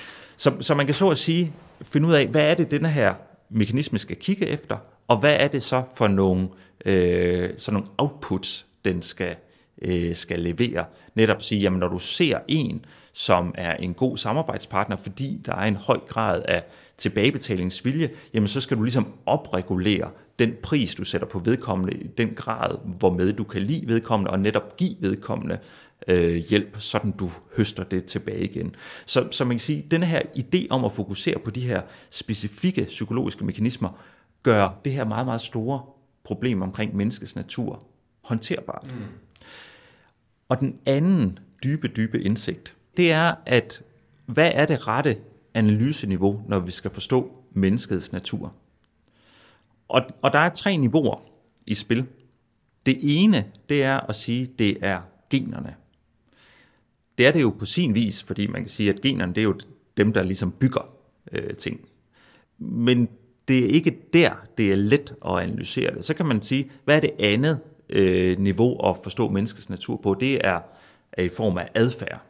Speaker 4: Så man kan så at sige, finde ud af, hvad er det, denne her mekanisme skal kigge efter, og hvad er det så for nogle outputs, den skal levere. Netop sige, jamen når du ser en, som er en god samarbejdspartner, fordi der er en høj grad af tilbagebetalingsvilje, jamen så skal du ligesom opregulere den pris, du sætter på vedkommende, i den grad, hvormed du kan lide vedkommende, og netop give vedkommende hjælp, sådan du høster det tilbage igen. Så man kan sige, at denne her idé om at fokusere på de her specifikke psykologiske mekanismer, gør det her meget, meget store problem omkring menneskets natur håndterbart. Og den anden dybe indsigt, det er, at hvad er det rette analyseniveau, når vi skal forstå menneskets natur? Og der er 3 niveauer i spil. Det ene, det er at sige, det er generne. Det er det jo på sin vis, fordi man kan sige, at generne, det er jo dem, der ligesom bygger ting. Men det er ikke der, det er let at analysere det. Så kan man sige, hvad er det andet niveau at forstå menneskets natur på? Det er i form af adfærd.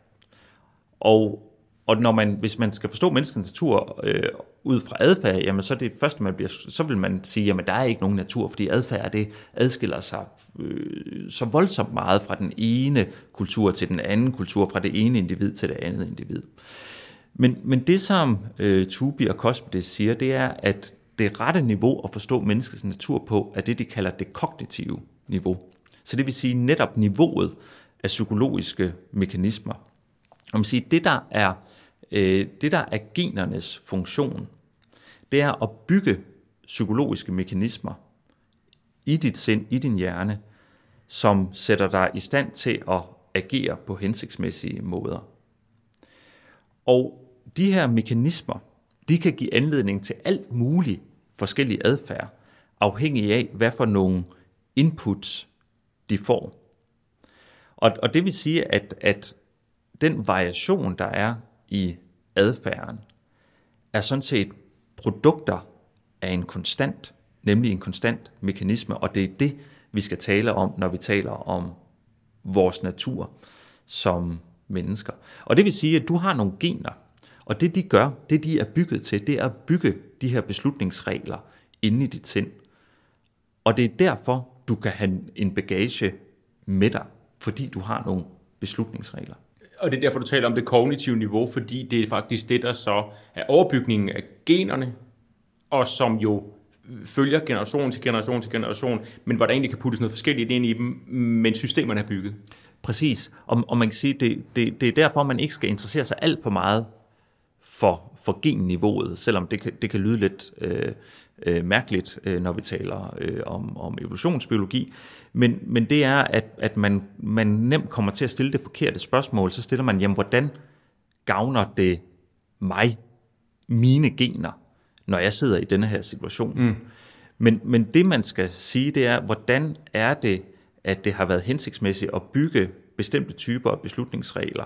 Speaker 4: Og hvis man skal forstå menneskets natur ud fra adfærd, jamen så er det første, så vil man sige, jamen der er ikke nogen natur, fordi adfærd, det adskiller sig så voldsomt meget fra den ene kultur til den anden kultur, fra det ene individ til det andet individ. Men det, som Tooby og Cosmides siger, det er, at det rette niveau at forstå menneskets natur på, er det, de kalder det kognitive niveau. Så det vil sige netop niveauet af psykologiske mekanismer. Og man siger, det der er genernes funktion, det er at bygge psykologiske mekanismer i dit sind, i din hjerne, som sætter dig i stand til at agere på hensigtsmæssige måder. Og de her mekanismer, de kan give anledning til alt muligt forskellig adfærd, afhængig af, hvad for nogle inputs de får. Og det vil sige, at den variation, der er i adfærden, er sådan set produkter af en konstant, nemlig en konstant mekanisme, og det er det, vi skal tale om, når vi taler om vores natur som mennesker. Og det vil sige, at du har nogle gener, og det de gør, det de er bygget til, det er at bygge de her beslutningsregler inde i dit sind. Og det er derfor, du kan have en bagage med dig, fordi du har nogle beslutningsregler.
Speaker 2: Og det er derfor, du taler om det kognitive niveau, fordi det er faktisk det, der så er overbygningen af generne, og som jo følger generation til generation til generation, men hvor der egentlig kan puttes noget forskelligt ind i dem, men systemerne er bygget.
Speaker 4: Præcis, og man kan sige, det er derfor, man ikke skal interessere sig alt for meget for genniveauet, selvom det kan lyde lidt mærkeligt, når vi taler om evolutionsbiologi. Men det er, at man nemt kommer til at stille det forkerte spørgsmål. Så stiller man, jamen hvordan gavner det mig, mine gener, når jeg sidder i denne her situation? Men det man skal sige, det er, hvordan er det, at det har været hensigtsmæssigt at bygge bestemte typer af beslutningsregler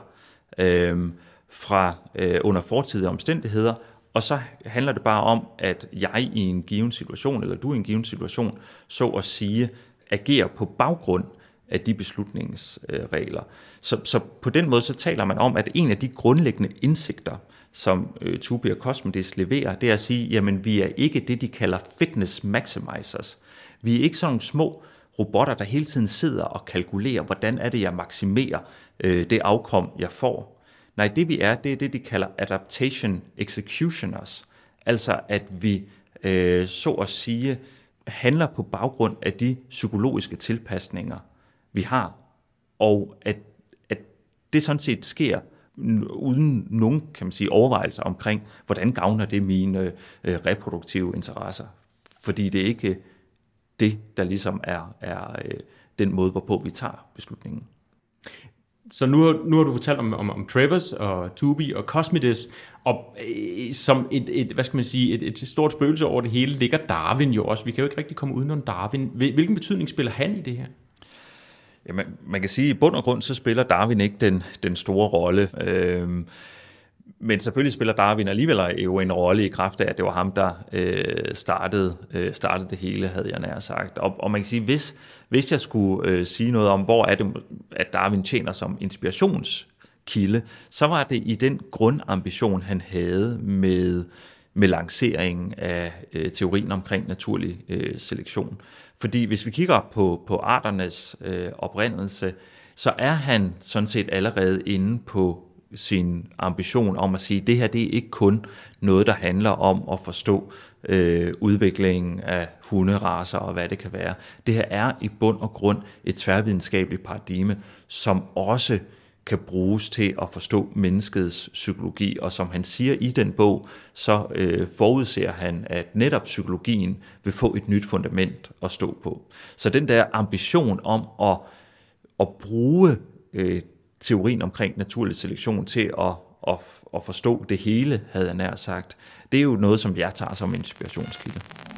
Speaker 4: fra under fortidige omstændigheder, og så handler det bare om, at jeg i en given situation, eller du i en given situation, så at sige, agerer på baggrund af de beslutningsregler. Så på den måde, så taler man om, at en af de grundlæggende indsigter, som Tooby og Cosmides leverer, det er at sige, jamen vi er ikke det, de kalder fitness maximizers. Vi er ikke sådan nogle små robotter, der hele tiden sidder og kalkulerer, hvordan er det, jeg maksimerer det afkom, jeg får. Nej, det vi er, det er det, de kalder adaptation executioners. Altså at vi, så at sige, handler på baggrund af de psykologiske tilpasninger, vi har. Og at det sådan set sker uden nogen, kan man sige, overvejelser omkring, hvordan gavner det mine reproduktive interesser. Fordi det er ikke det, der ligesom er den måde, hvorpå vi tager beslutningen.
Speaker 2: Så nu har du fortalt om Travers og Tooby og Cosmides, og som hvad skal man sige, et stort spøgelse over det hele ligger Darwin jo også. Vi kan jo ikke rigtig komme udenom Darwin. Hvilken betydning spiller han i det her?
Speaker 4: Jamen, man kan sige, at i bund og grund, så spiller Darwin ikke den store rolle. Men selvfølgelig spiller Darwin alligevel jo en rolle i kraft af, at det var ham, der startede det hele, havde jeg nær sagt. Og man kan sige, hvis jeg skulle sige noget om, hvor er det, at Darwin tjener som inspirationskilde, så var det i den grundambition, han havde med lanceringen af teorien omkring naturlig selektion. Fordi hvis vi kigger på arternes oprindelse, så er han sådan set allerede inde på sin ambition om at sige, at det her det er ikke kun noget, der handler om at forstå udviklingen af hunderacer og hvad det kan være. Det her er i bund og grund et tværvidenskabeligt paradigme, som også kan bruges til at forstå menneskets psykologi. Og som han siger i den bog, så forudser han, at netop psykologien vil få et nyt fundament at stå på. Så den der ambition om at bruge teorien omkring naturlig selektion til at forstå det hele, havde jeg nær sagt, det er jo noget, som jeg tager som inspirationskilde.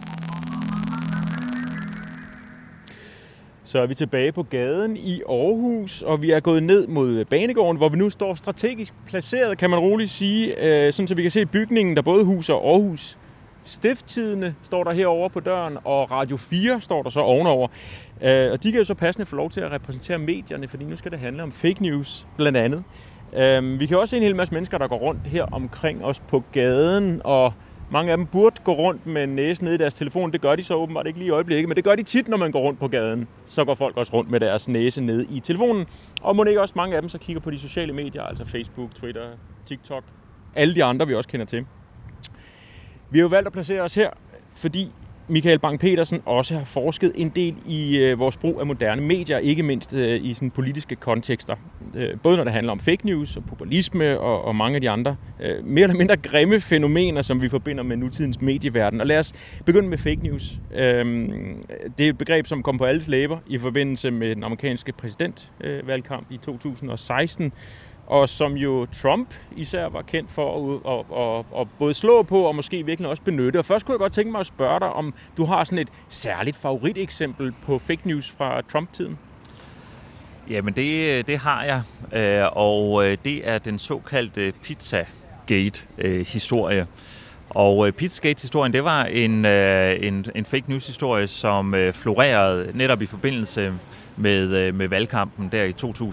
Speaker 2: Så er vi tilbage på gaden i Aarhus, og vi er gået ned mod Banegården, hvor vi nu står strategisk placeret, kan man roligt sige, sådan så vi kan se bygningen, der både huser Aarhus Stiftstidende, står der herovre på døren, og Radio 4 står der så ovenover. Og de kan jo så passende få lov til at repræsentere medierne, fordi nu skal det handle om fake news, blandt andet. Vi kan også se en hel masse mennesker, der går rundt her omkring os på gaden, og mange af dem burde gå rundt med næsen nede i deres telefon. Det gør de så åbenbart ikke lige i øjeblikket, men det gør de tit, når man går rundt på gaden. Så går folk også rundt med deres næse nede i telefonen. Og må ikke også mange af dem så kigger på de sociale medier, altså Facebook, Twitter, TikTok, alle de andre, vi også kender til. Vi har jo valgt at placere os her, fordi Michael Bang-Petersen også har forsket en del i vores brug af moderne medier, ikke mindst i sådan politiske kontekster. Både når det handler om fake news og populisme og mange af de andre mere eller mindre grimme fænomener, som vi forbinder med nutidens medieverden. Og lad os begynde med fake news. Det er et begreb, som kom på alles læber i forbindelse med den amerikanske præsidentvalgkamp i 2016. Og som jo Trump især var kendt for at både slå på og måske virkelig også benytte. Og først kunne jeg godt tænke mig at spørge dig, om du har sådan et særligt favoriteksempel på fake news fra Trump-tiden?
Speaker 4: Jamen det har jeg, og det er den såkaldte Pizzagate-historie. Og Pizzagate-historien, det var en fake news-historie, som florerede netop i forbindelse med valgkampen der i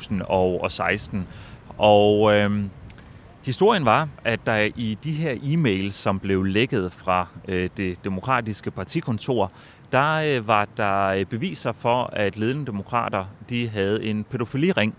Speaker 4: 2016. Og historien var, at der i de her e-mails, som blev lækket fra det demokratiske partikontor, der var der beviser for, at ledende demokrater de havde en pædofiliring,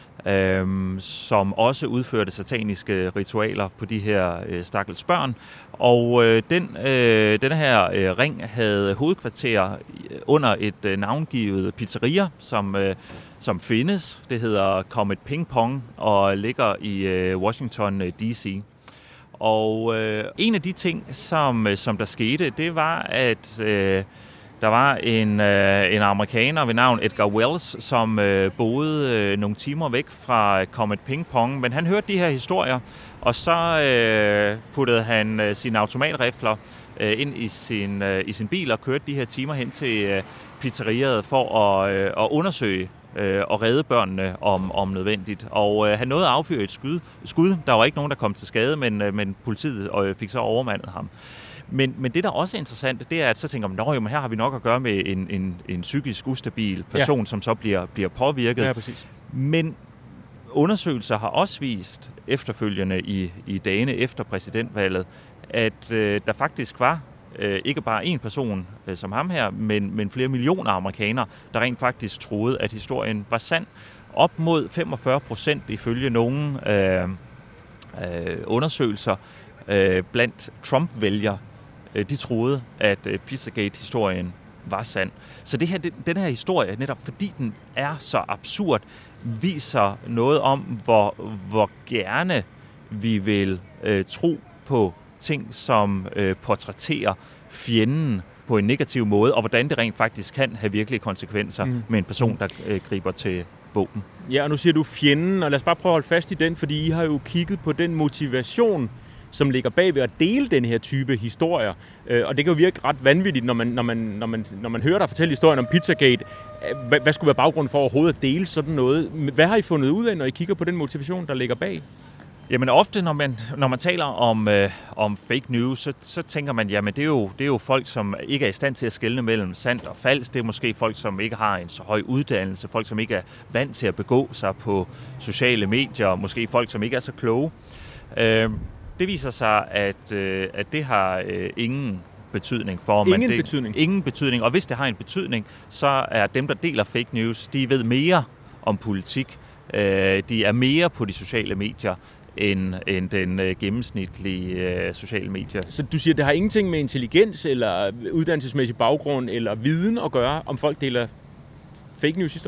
Speaker 4: som også udførte sataniske ritualer på de her stakkels børn. Og den her ring havde hovedkvarter under et navngivet pizzeria, som findes. Det hedder Comet Ping Pong og ligger i Washington D.C. Og en af de ting, som der skete, det var, at der var en amerikaner ved navn Edgar Wells, som boede nogle timer væk fra Comet Ping Pong, men han hørte de her historier, og så puttede han sine automatrifler ind i sin bil og kørte de her timer hen til pizzeriet for at undersøge og redde børnene om nødvendigt. Og han nåede at affyre et skud. Der var ikke nogen, der kom til skade, men politiet fik så overmandet ham. Men det, der også er interessant, det er, at så tænker man, men her har vi nok at gøre med en psykisk ustabil person, som så bliver påvirket.
Speaker 2: Ja, præcis.
Speaker 4: Men undersøgelser har også vist efterfølgende i dagene efter præsidentvalget, at der faktisk var ikke bare én person som ham her, men flere millioner amerikanere, der rent faktisk troede, at historien var sand. Op mod 45% ifølge nogle undersøgelser blandt Trump-vælgere, de troede, at Pizzagate-historien var sand. Så den her historie, netop fordi den er så absurd, viser noget om, hvor gerne vi vil tro på ting, som portrætterer fjenden på en negativ måde, og hvordan det rent faktisk kan have virkelige konsekvenser med en person, der griber til våben.
Speaker 2: Ja, og nu siger du fjenden, og lad os bare prøve at holde fast i den, fordi I har jo kigget på den motivation, som ligger bag ved at dele den her type historier. Og det kan jo virke ret vanvittigt, når man hører dig fortælle historien om Pizzagate. Hvad skulle være baggrunden for overhovedet at dele sådan noget? Hvad har I fundet ud af, når I kigger på den motivation, der ligger bag?
Speaker 4: Jamen ofte, når man taler om fake news, så tænker man, jamen det er jo folk, som ikke er i stand til at skelne mellem sandt og falsk. Det er måske folk, som ikke har en så høj uddannelse, folk, som ikke er vant til at begå sig på sociale medier, måske folk, som ikke er så kloge. Det viser sig, at det har ingen betydning for. Ingen betydning. Og hvis det har en betydning, så er dem, der deler fake news, de ved mere om politik. De er mere på de sociale medier end den gennemsnitlige sociale medier.
Speaker 2: Så du siger, at det har ingenting med intelligens eller uddannelsesmæssig baggrund eller viden at gøre, om folk deler fake news-historier?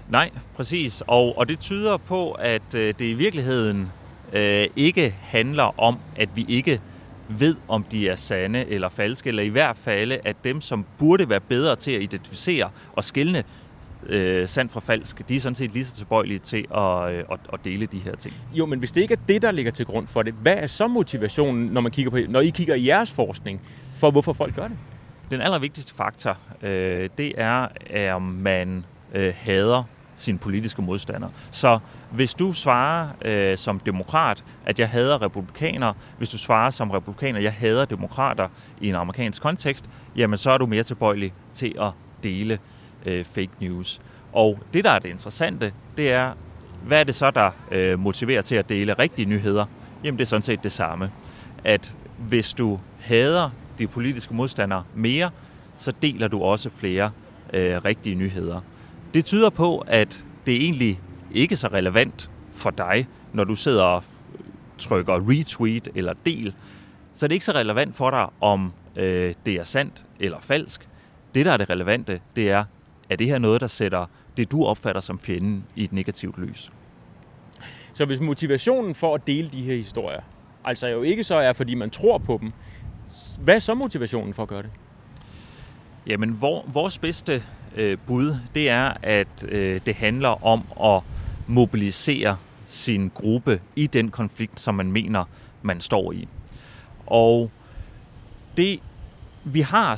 Speaker 4: Nej, præcis. Og det tyder på, at det i virkeligheden ikke handler om, at vi ikke ved, om de er sande eller falske, eller i hvert fald, at dem, som burde være bedre til at identificere og skelne sandt fra falsk, de er sådan set lige så tilbøjelige til at dele de her ting.
Speaker 2: Jo, men hvis det ikke er det, der ligger til grund for det, hvad er så motivationen, når I kigger i jeres forskning, for hvorfor folk gør det?
Speaker 4: Den allervigtigste faktor, det er, at man hader sine politiske modstandere. Så hvis du svarer som demokrat, at jeg hader republikanere, hvis du svarer som republikaner, jeg hader demokrater i en amerikansk kontekst, jamen så er du mere tilbøjelig til at dele fake news. Og det, der er det interessante, det er, hvad er det så, der motiverer til at dele rigtige nyheder? Jamen det er sådan set det samme. At hvis du hader de politiske modstandere mere, så deler du også flere rigtige nyheder. Det tyder på, at det egentlig ikke er så relevant for dig, når du sidder og trykker retweet eller del. Så det er ikke så relevant for dig, om det er sandt eller falsk. Det, der er det relevante, det er det her noget, der sætter det, du opfatter som fjenden, i et negativt lys.
Speaker 2: Så hvis motivationen for at dele de her historier, altså jo ikke så er, fordi man tror på dem, hvad er så motivationen for at gøre det?
Speaker 4: Jamen, vores bedste bud, det er, at det handler om at mobilisere sin gruppe i den konflikt, som man mener, man står i. Og det, vi har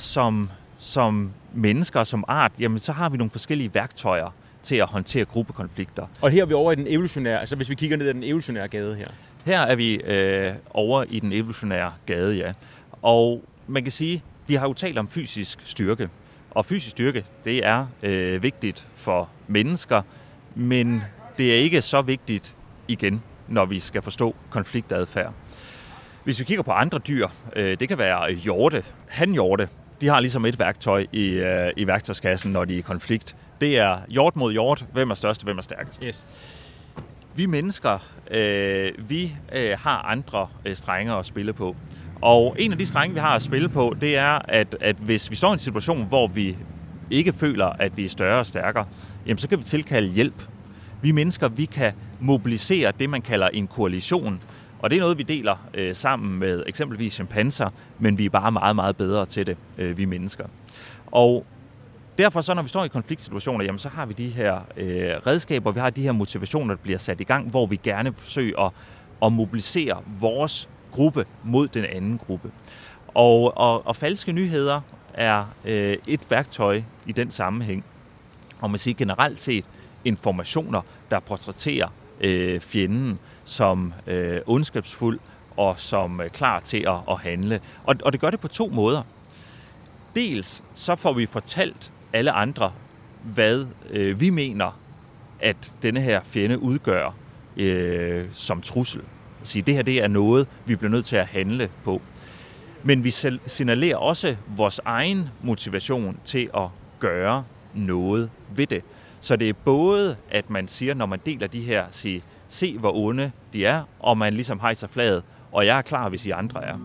Speaker 4: som mennesker, som art, jamen så har vi nogle forskellige værktøjer til at håndtere gruppekonflikter.
Speaker 2: Og her er vi over i den evolutionære, altså hvis vi kigger ned ad den evolutionære gade her.
Speaker 4: Her er vi over i den evolutionære gade, ja. Og man kan sige, vi har jo talt om fysisk styrke. Og fysisk styrke, det er vigtigt for mennesker, men det er ikke så vigtigt igen, når vi skal forstå konfliktadfærd. Hvis vi kigger på andre dyr, det kan være hjorte, hanhjorte, de har ligesom et værktøj i værktøjskassen, når de er i konflikt. Det er hjort mod hjort, hvem er størst, hvem er stærkest.
Speaker 2: Yes.
Speaker 4: Vi mennesker, vi har andre strenge at spille på. Og en af de strenge, vi har at spille på, det er, at hvis vi står i en situation, hvor vi ikke føler, at vi er større og stærkere, jamen så kan vi tilkalde hjælp. Vi mennesker, vi kan mobilisere det, man kalder en koalition. Og det er noget, vi deler sammen med eksempelvis chimpanser, men vi er bare meget, meget bedre til det, vi mennesker. Og derfor så, når vi står i konfliktsituationer, jamen så har vi de her redskaber, vi har de her motivationer, der bliver sat i gang, hvor vi gerne forsøger at mobilisere vores gruppe mod den anden gruppe. Og falske nyheder er et værktøj i den sammenhæng. Og man siger generelt set informationer, der portrætterer fjenden som ondskabsfuld og som klar til at handle. Og det gør det på to måder. Dels så får vi fortalt alle andre, hvad vi mener, at denne her fjende udgør som trussel. Så det her, det er noget, vi bliver nødt til at handle på. Men vi signalerer også vores egen motivation til at gøre noget ved det. Så det er både, at man siger, når man deler de her, siger, se hvor onde de er, og man ligesom hejser flaget, og jeg er klar, hvis I andre er.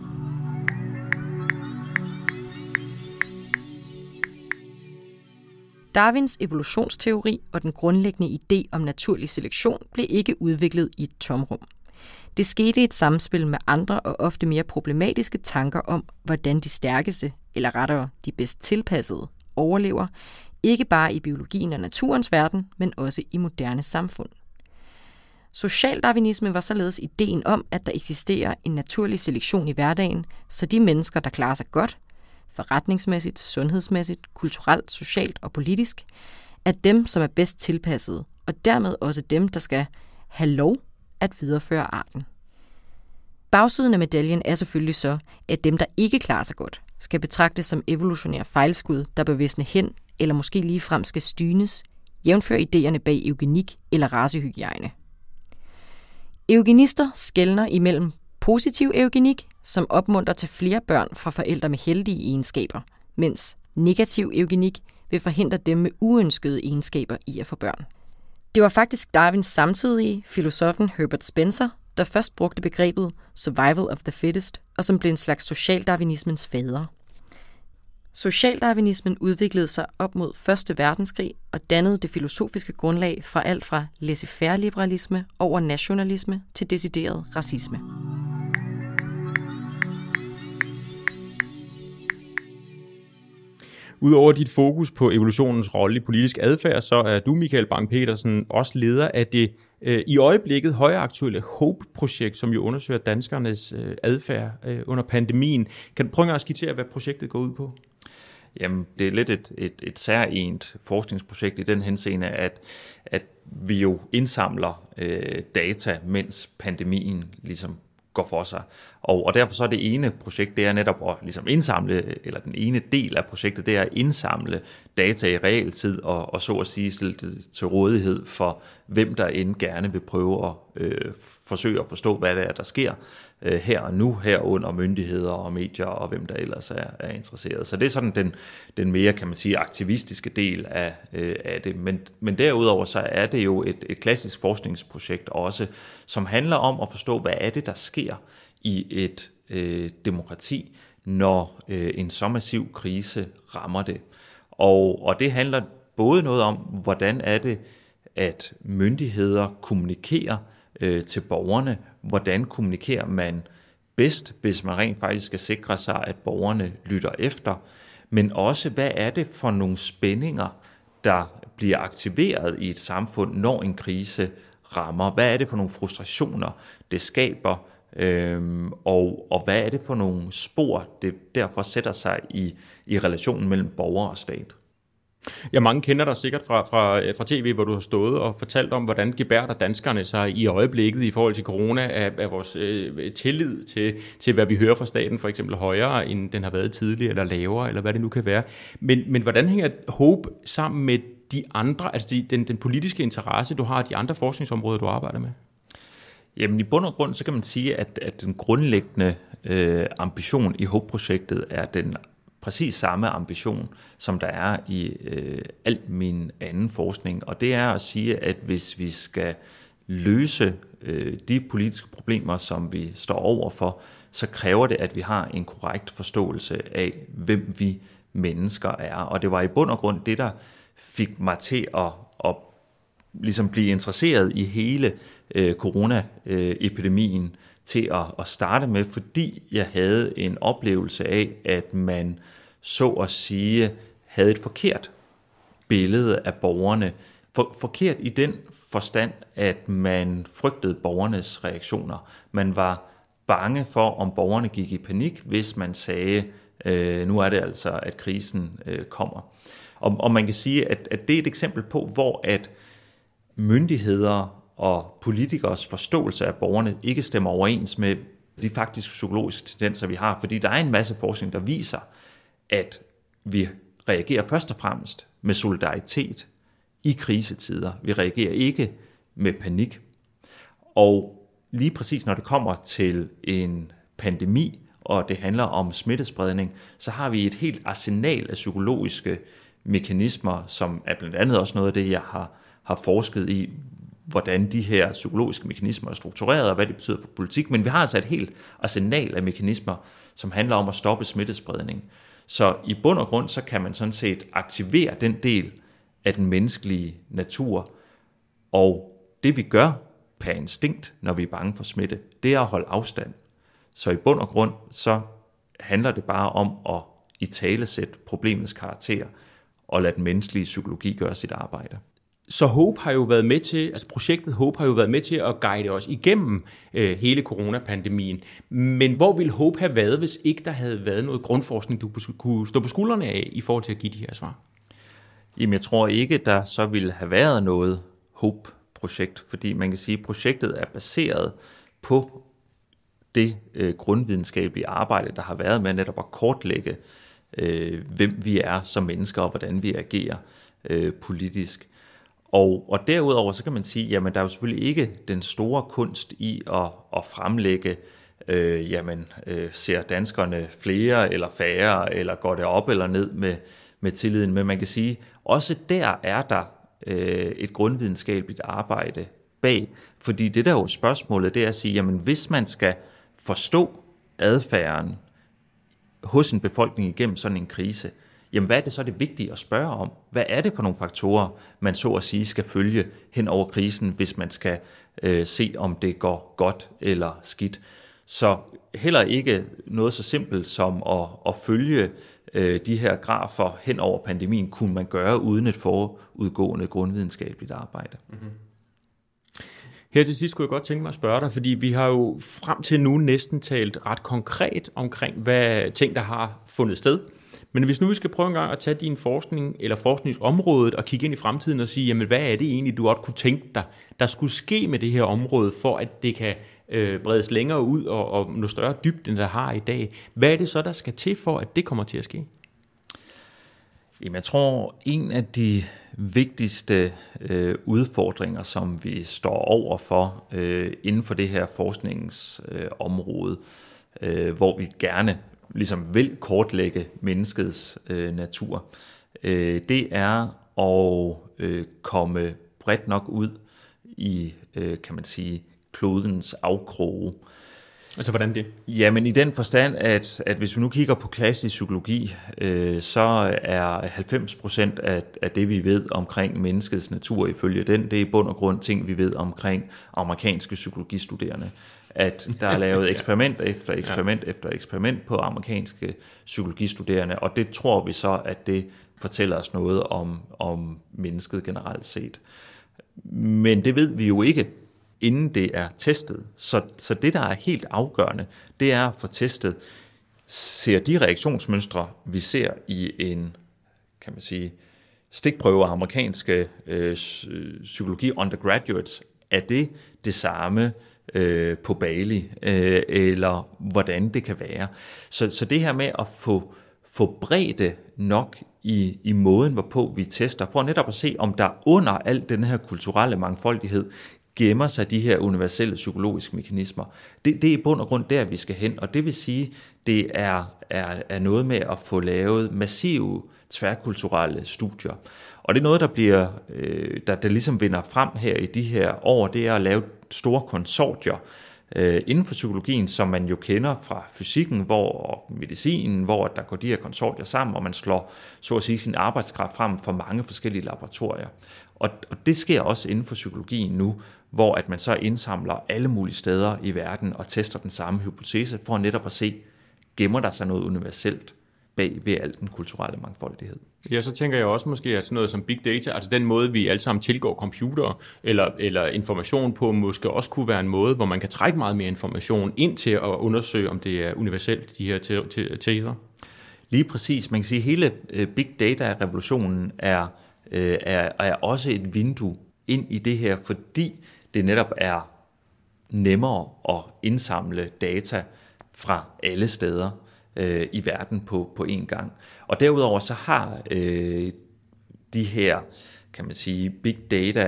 Speaker 1: Darwins evolutionsteori og den grundlæggende idé om naturlig selektion blev ikke udviklet i et tomrum. Det skete i et samspil med andre og ofte mere problematiske tanker om, hvordan de stærkeste, eller rettere de bedst tilpassede, overlever, ikke bare i biologien og naturens verden, men også i moderne samfund. Socialdarwinisme var således ideen om, at der eksisterer en naturlig selektion i hverdagen, så de mennesker, der klarer sig godt, forretningsmæssigt, sundhedsmæssigt, kulturelt, socialt og politisk, er dem, som er bedst tilpassede, og dermed også dem, der skal have lov at videreføre arten. Bagsiden af medaljen er selvfølgelig så, at dem, der ikke klarer sig godt, skal betragtes som evolutionære fejlskud, der bør visne hen, eller måske ligefrem skal stynes, jævnfør idéerne bag eugenik eller racehygiejne. Eugenister skelner imellem positiv eugenik, som opmuntrer til flere børn fra forældre med heldige egenskaber, mens negativ eugenik vil forhindre dem med uønskede egenskaber i at få børn. Det var faktisk Darwins samtidige, filosofen Herbert Spencer, der først brugte begrebet survival of the fittest, og som blev en slags socialdarwinismens fader. Socialdarwinismen udviklede sig op mod 1. verdenskrig og dannede det filosofiske grundlag for alt fra laissez-faire-liberalisme over nationalisme til decideret racisme.
Speaker 2: Udover dit fokus på evolutionens rolle i politisk adfærd, så er du, Michael Bang-Petersen, også leder af det i øjeblikket højaktuelle HOPE-projekt, som jo undersøger danskernes adfærd under pandemien. Kan du prøve at skitsere, hvad projektet går ud på?
Speaker 4: Jamen, det er lidt et særligt forskningsprojekt i den henseende, at vi jo indsamler data, mens pandemien ligesom går for sig. Og derfor så er det ene projekt, det er netop at ligesom indsamle, eller den ene del af projektet, det er at indsamle data i realtid, og så at sige til rådighed for hvem der end gerne vil prøve at forsøge at forstå, hvad det er, der sker her og nu, herunder myndigheder og medier, og hvem der ellers er interesseret. Så det er sådan den mere, kan man sige, aktivistiske del af det. Men derudover så er det jo et klassisk forskningsprojekt også, som handler om at forstå, hvad er det, der sker i et demokrati, når en så massiv krise rammer det. Og det handler både noget om, hvordan er det, at myndigheder kommunikerer til borgerne, hvordan kommunikerer man bedst, hvis man rent faktisk skal sikre sig, at borgerne lytter efter, men også, hvad er det for nogle spændinger, der bliver aktiveret i et samfund, når en krise rammer? Hvad er det for nogle frustrationer, det skaber? Og hvad er det for nogle spor, det derfor sætter sig i relationen mellem borger og stat?
Speaker 2: Ja, mange kender dig sikkert fra tv, hvor du har stået og fortalt om, hvordan gebærder danskerne sig i øjeblikket i forhold til corona, af vores tillid til, hvad vi hører fra staten, for eksempel højere, end den har været tidligere, eller lavere, eller hvad det nu kan være. Men hvordan hænger HOPE sammen med de andre, altså den politiske interesse, du har, og de andre forskningsområder, du arbejder med?
Speaker 4: Jamen i bund og grund, så kan man sige, at den grundlæggende ambition i HOPE-projektet er den præcis samme ambition, som der er i al min anden forskning. Og det er at sige, at hvis vi skal løse de politiske problemer, som vi står overfor, så kræver det, at vi har en korrekt forståelse af, hvem vi mennesker er. Og det var i bund og grund det, der fik mig til at ligesom blive interesseret i hele coronaepidemien til at starte med, fordi jeg havde en oplevelse af, at man så at sige havde et forkert billede af borgerne. Forkert i den forstand, at man frygtede borgernes reaktioner. Man var bange for, om borgerne gik i panik, hvis man sagde, nu er det altså, at krisen kommer. Og man kan sige, at det er et eksempel på, hvor at myndigheder og politikers forståelse af borgerne ikke stemmer overens med de faktiske psykologiske tendenser, vi har. Fordi der er en masse forskning, der viser, at vi reagerer først og fremmest med solidaritet i krisetider. Vi reagerer ikke med panik. Og lige præcis når det kommer til en pandemi, og det handler om smittespredning, så har vi et helt arsenal af psykologiske mekanismer, som er blandt andet også noget af det, jeg har forsket i, hvordan de her psykologiske mekanismer er struktureret, og hvad det betyder for politik. Men vi har altså et helt arsenal af mekanismer, som handler om at stoppe smittespredning. Så i bund og grund, så kan man sådan set aktivere den del af den menneskelige natur. Og det vi gør per instinkt, når vi er bange for smitte, det er at holde afstand. Så i bund og grund, så handler det bare om at italesætte problemets karakter og lade den menneskelige psykologi gøre sit arbejde.
Speaker 2: Så HOPE har jo været med til, altså projektet HOPE har jo været med til at guide os igennem hele coronapandemien. Men hvor ville HOPE have været, hvis ikke der havde været noget grundforskning, du kunne stå på skuldrene af i forhold til at give de her svar?
Speaker 4: Jamen jeg tror ikke, der så ville have været noget HOPE-projekt, fordi man kan sige, at projektet er baseret på det grundvidenskabelige arbejde, der har været med netop at kortlægge, hvem vi er som mennesker og hvordan vi agerer politisk. Og derudover så kan man sige, jamen der er jo selvfølgelig ikke den store kunst i at fremlægge, ser danskerne flere eller færre, eller går det op eller ned med tilliden. Men man kan sige, også der er der et grundvidenskabeligt arbejde bag. Fordi det der er jo spørgsmålet, det er at sige, jamen hvis man skal forstå adfærden hos en befolkning igennem sådan en krise, jamen hvad er det så det vigtige at spørge om? Hvad er det for nogle faktorer, man så at sige skal følge hen over krisen, hvis man skal se, om det går godt eller skidt? Så heller ikke noget så simpelt som at følge de her grafer hen over pandemien, kunne man gøre uden et forudgående grundvidenskabeligt arbejde. Mm-hmm.
Speaker 2: Her til sidst skulle jeg godt tænke mig at spørge dig, fordi vi har jo frem til nu næsten talt ret konkret omkring, hvad ting, der har fundet sted. Men hvis nu vi skal prøve en gang at tage din forskning eller forskningsområdet og kigge ind i fremtiden og sige, jamen hvad er det egentlig, du godt kunne tænke dig, der skulle ske med det her område, for at det kan bredes længere ud og nå større dybde, end der har i dag. Hvad er det så, der skal til for, at det kommer til at ske?
Speaker 4: Jamen, jeg tror, en af de vigtigste udfordringer, som vi står over for inden for det her forskningsområde, hvor vi gerne ligesom vil kortlægge menneskets natur, det er at komme bredt nok ud i, kan man sige, klodens afkroge.
Speaker 2: Altså hvordan det?
Speaker 4: Jamen i den forstand, at hvis vi nu kigger på klassisk psykologi, så er 90% af det, vi ved omkring menneskets natur ifølge den, det er i bund og grund ting, vi ved omkring amerikanske psykologistuderende. At der er lavet eksperiment efter eksperiment efter eksperiment på amerikanske psykologistuderende, og det tror vi så, at det fortæller os noget om mennesket generelt set. Men det ved vi jo ikke, inden det er testet. Så det, der er helt afgørende, det er at få testet, ser de reaktionsmønstre, vi ser i en, kan man sige, stikprøve af amerikanske psykologi undergraduates, er det samme på Bali, eller hvordan det kan være. Så det her med at få bredde nok i måden, hvorpå vi tester, for netop at se, om der under al den her kulturelle mangfoldighed gemmer sig de her universelle psykologiske mekanismer. Det er i bund og grund der, vi skal hen, og det vil sige, det er noget med at få lavet massive tværkulturelle studier. Og det er noget, der ligesom vinder frem her i de her år, det er at lave store konsortier inden for psykologien, som man jo kender fra fysikken og medicinen, hvor der går de her konsortier sammen, og man slår så at sige sin arbejdskraft frem for mange forskellige laboratorier. Og det sker også inden for psykologien nu, hvor at man så indsamler alle mulige steder i verden og tester den samme hypotese, for netop at se, gemmer der sig noget universelt bag ved al den kulturelle mangfoldighed.
Speaker 2: Ja, så tænker jeg også måske, at sådan noget som big data, altså den måde, vi alle sammen tilgår computere eller information på, måske også kunne være en måde, hvor man kan trække meget mere information ind til at undersøge, om det er universelt, de her teser.
Speaker 4: Lige præcis. Man kan sige, at hele big data-revolutionen er også et vindue ind i det her, fordi det netop er nemmere at indsamle data fra alle steder i verden på én gang. Og derudover så har de her, kan man sige, big data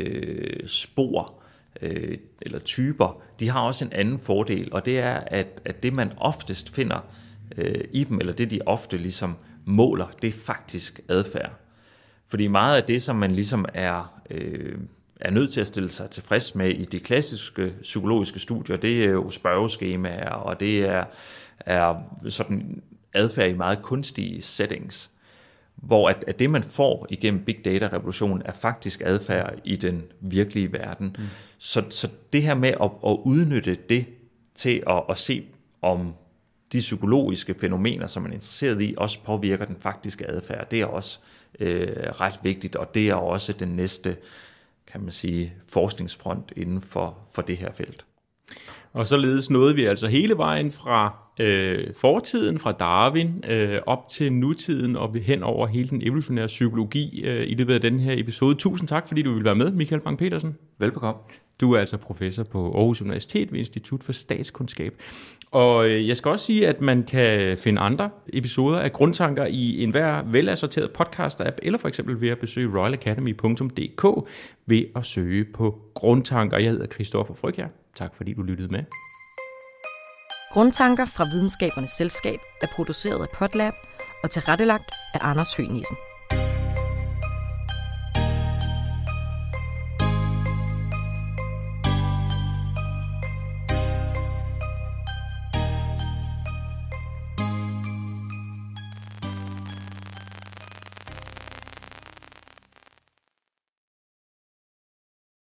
Speaker 4: spor eller typer, de har også en anden fordel, og det er, at det man oftest finder i dem, eller det de ofte ligesom måler, det er faktisk adfærd. Fordi meget af det, som man ligesom er nødt til at stille sig tilfreds med i de klassiske psykologiske studier, det er jo spørgeskemaer, og det er sådan adfærd i meget kunstige settings, hvor at det, man får igennem big data-revolutionen, er faktisk adfærd i den virkelige verden. Mm. Så det her med at udnytte det til at se, om de psykologiske fænomener, som man er interesseret i, også påvirker den faktiske adfærd, det er også ret vigtigt, og det er også den næste, kan man sige, forskningsfront inden for det her felt.
Speaker 2: Og således nåede vi altså hele vejen fra fortiden, fra Darwin, op til nutiden og hen over hele den evolutionære psykologi i løbet af den her episode. Tusind tak, fordi du ville være med, Michael Bang-Petersen.
Speaker 4: Velbekomme.
Speaker 2: Du er altså professor på Aarhus Universitet ved Institut for Statskundskab. Og jeg skal også sige, at man kan finde andre episoder af Grundtanker i enhver velassorteret podcast-app, eller for eksempel ved at besøge royalacademy.dk ved at søge på Grundtanker. Jeg hedder Christoffer Frøkjær. Tak fordi du lyttede med.
Speaker 1: Grundtanker fra Videnskabernes Selskab er produceret af Podlab og tilrettelagt af Anders Høgh Nissen.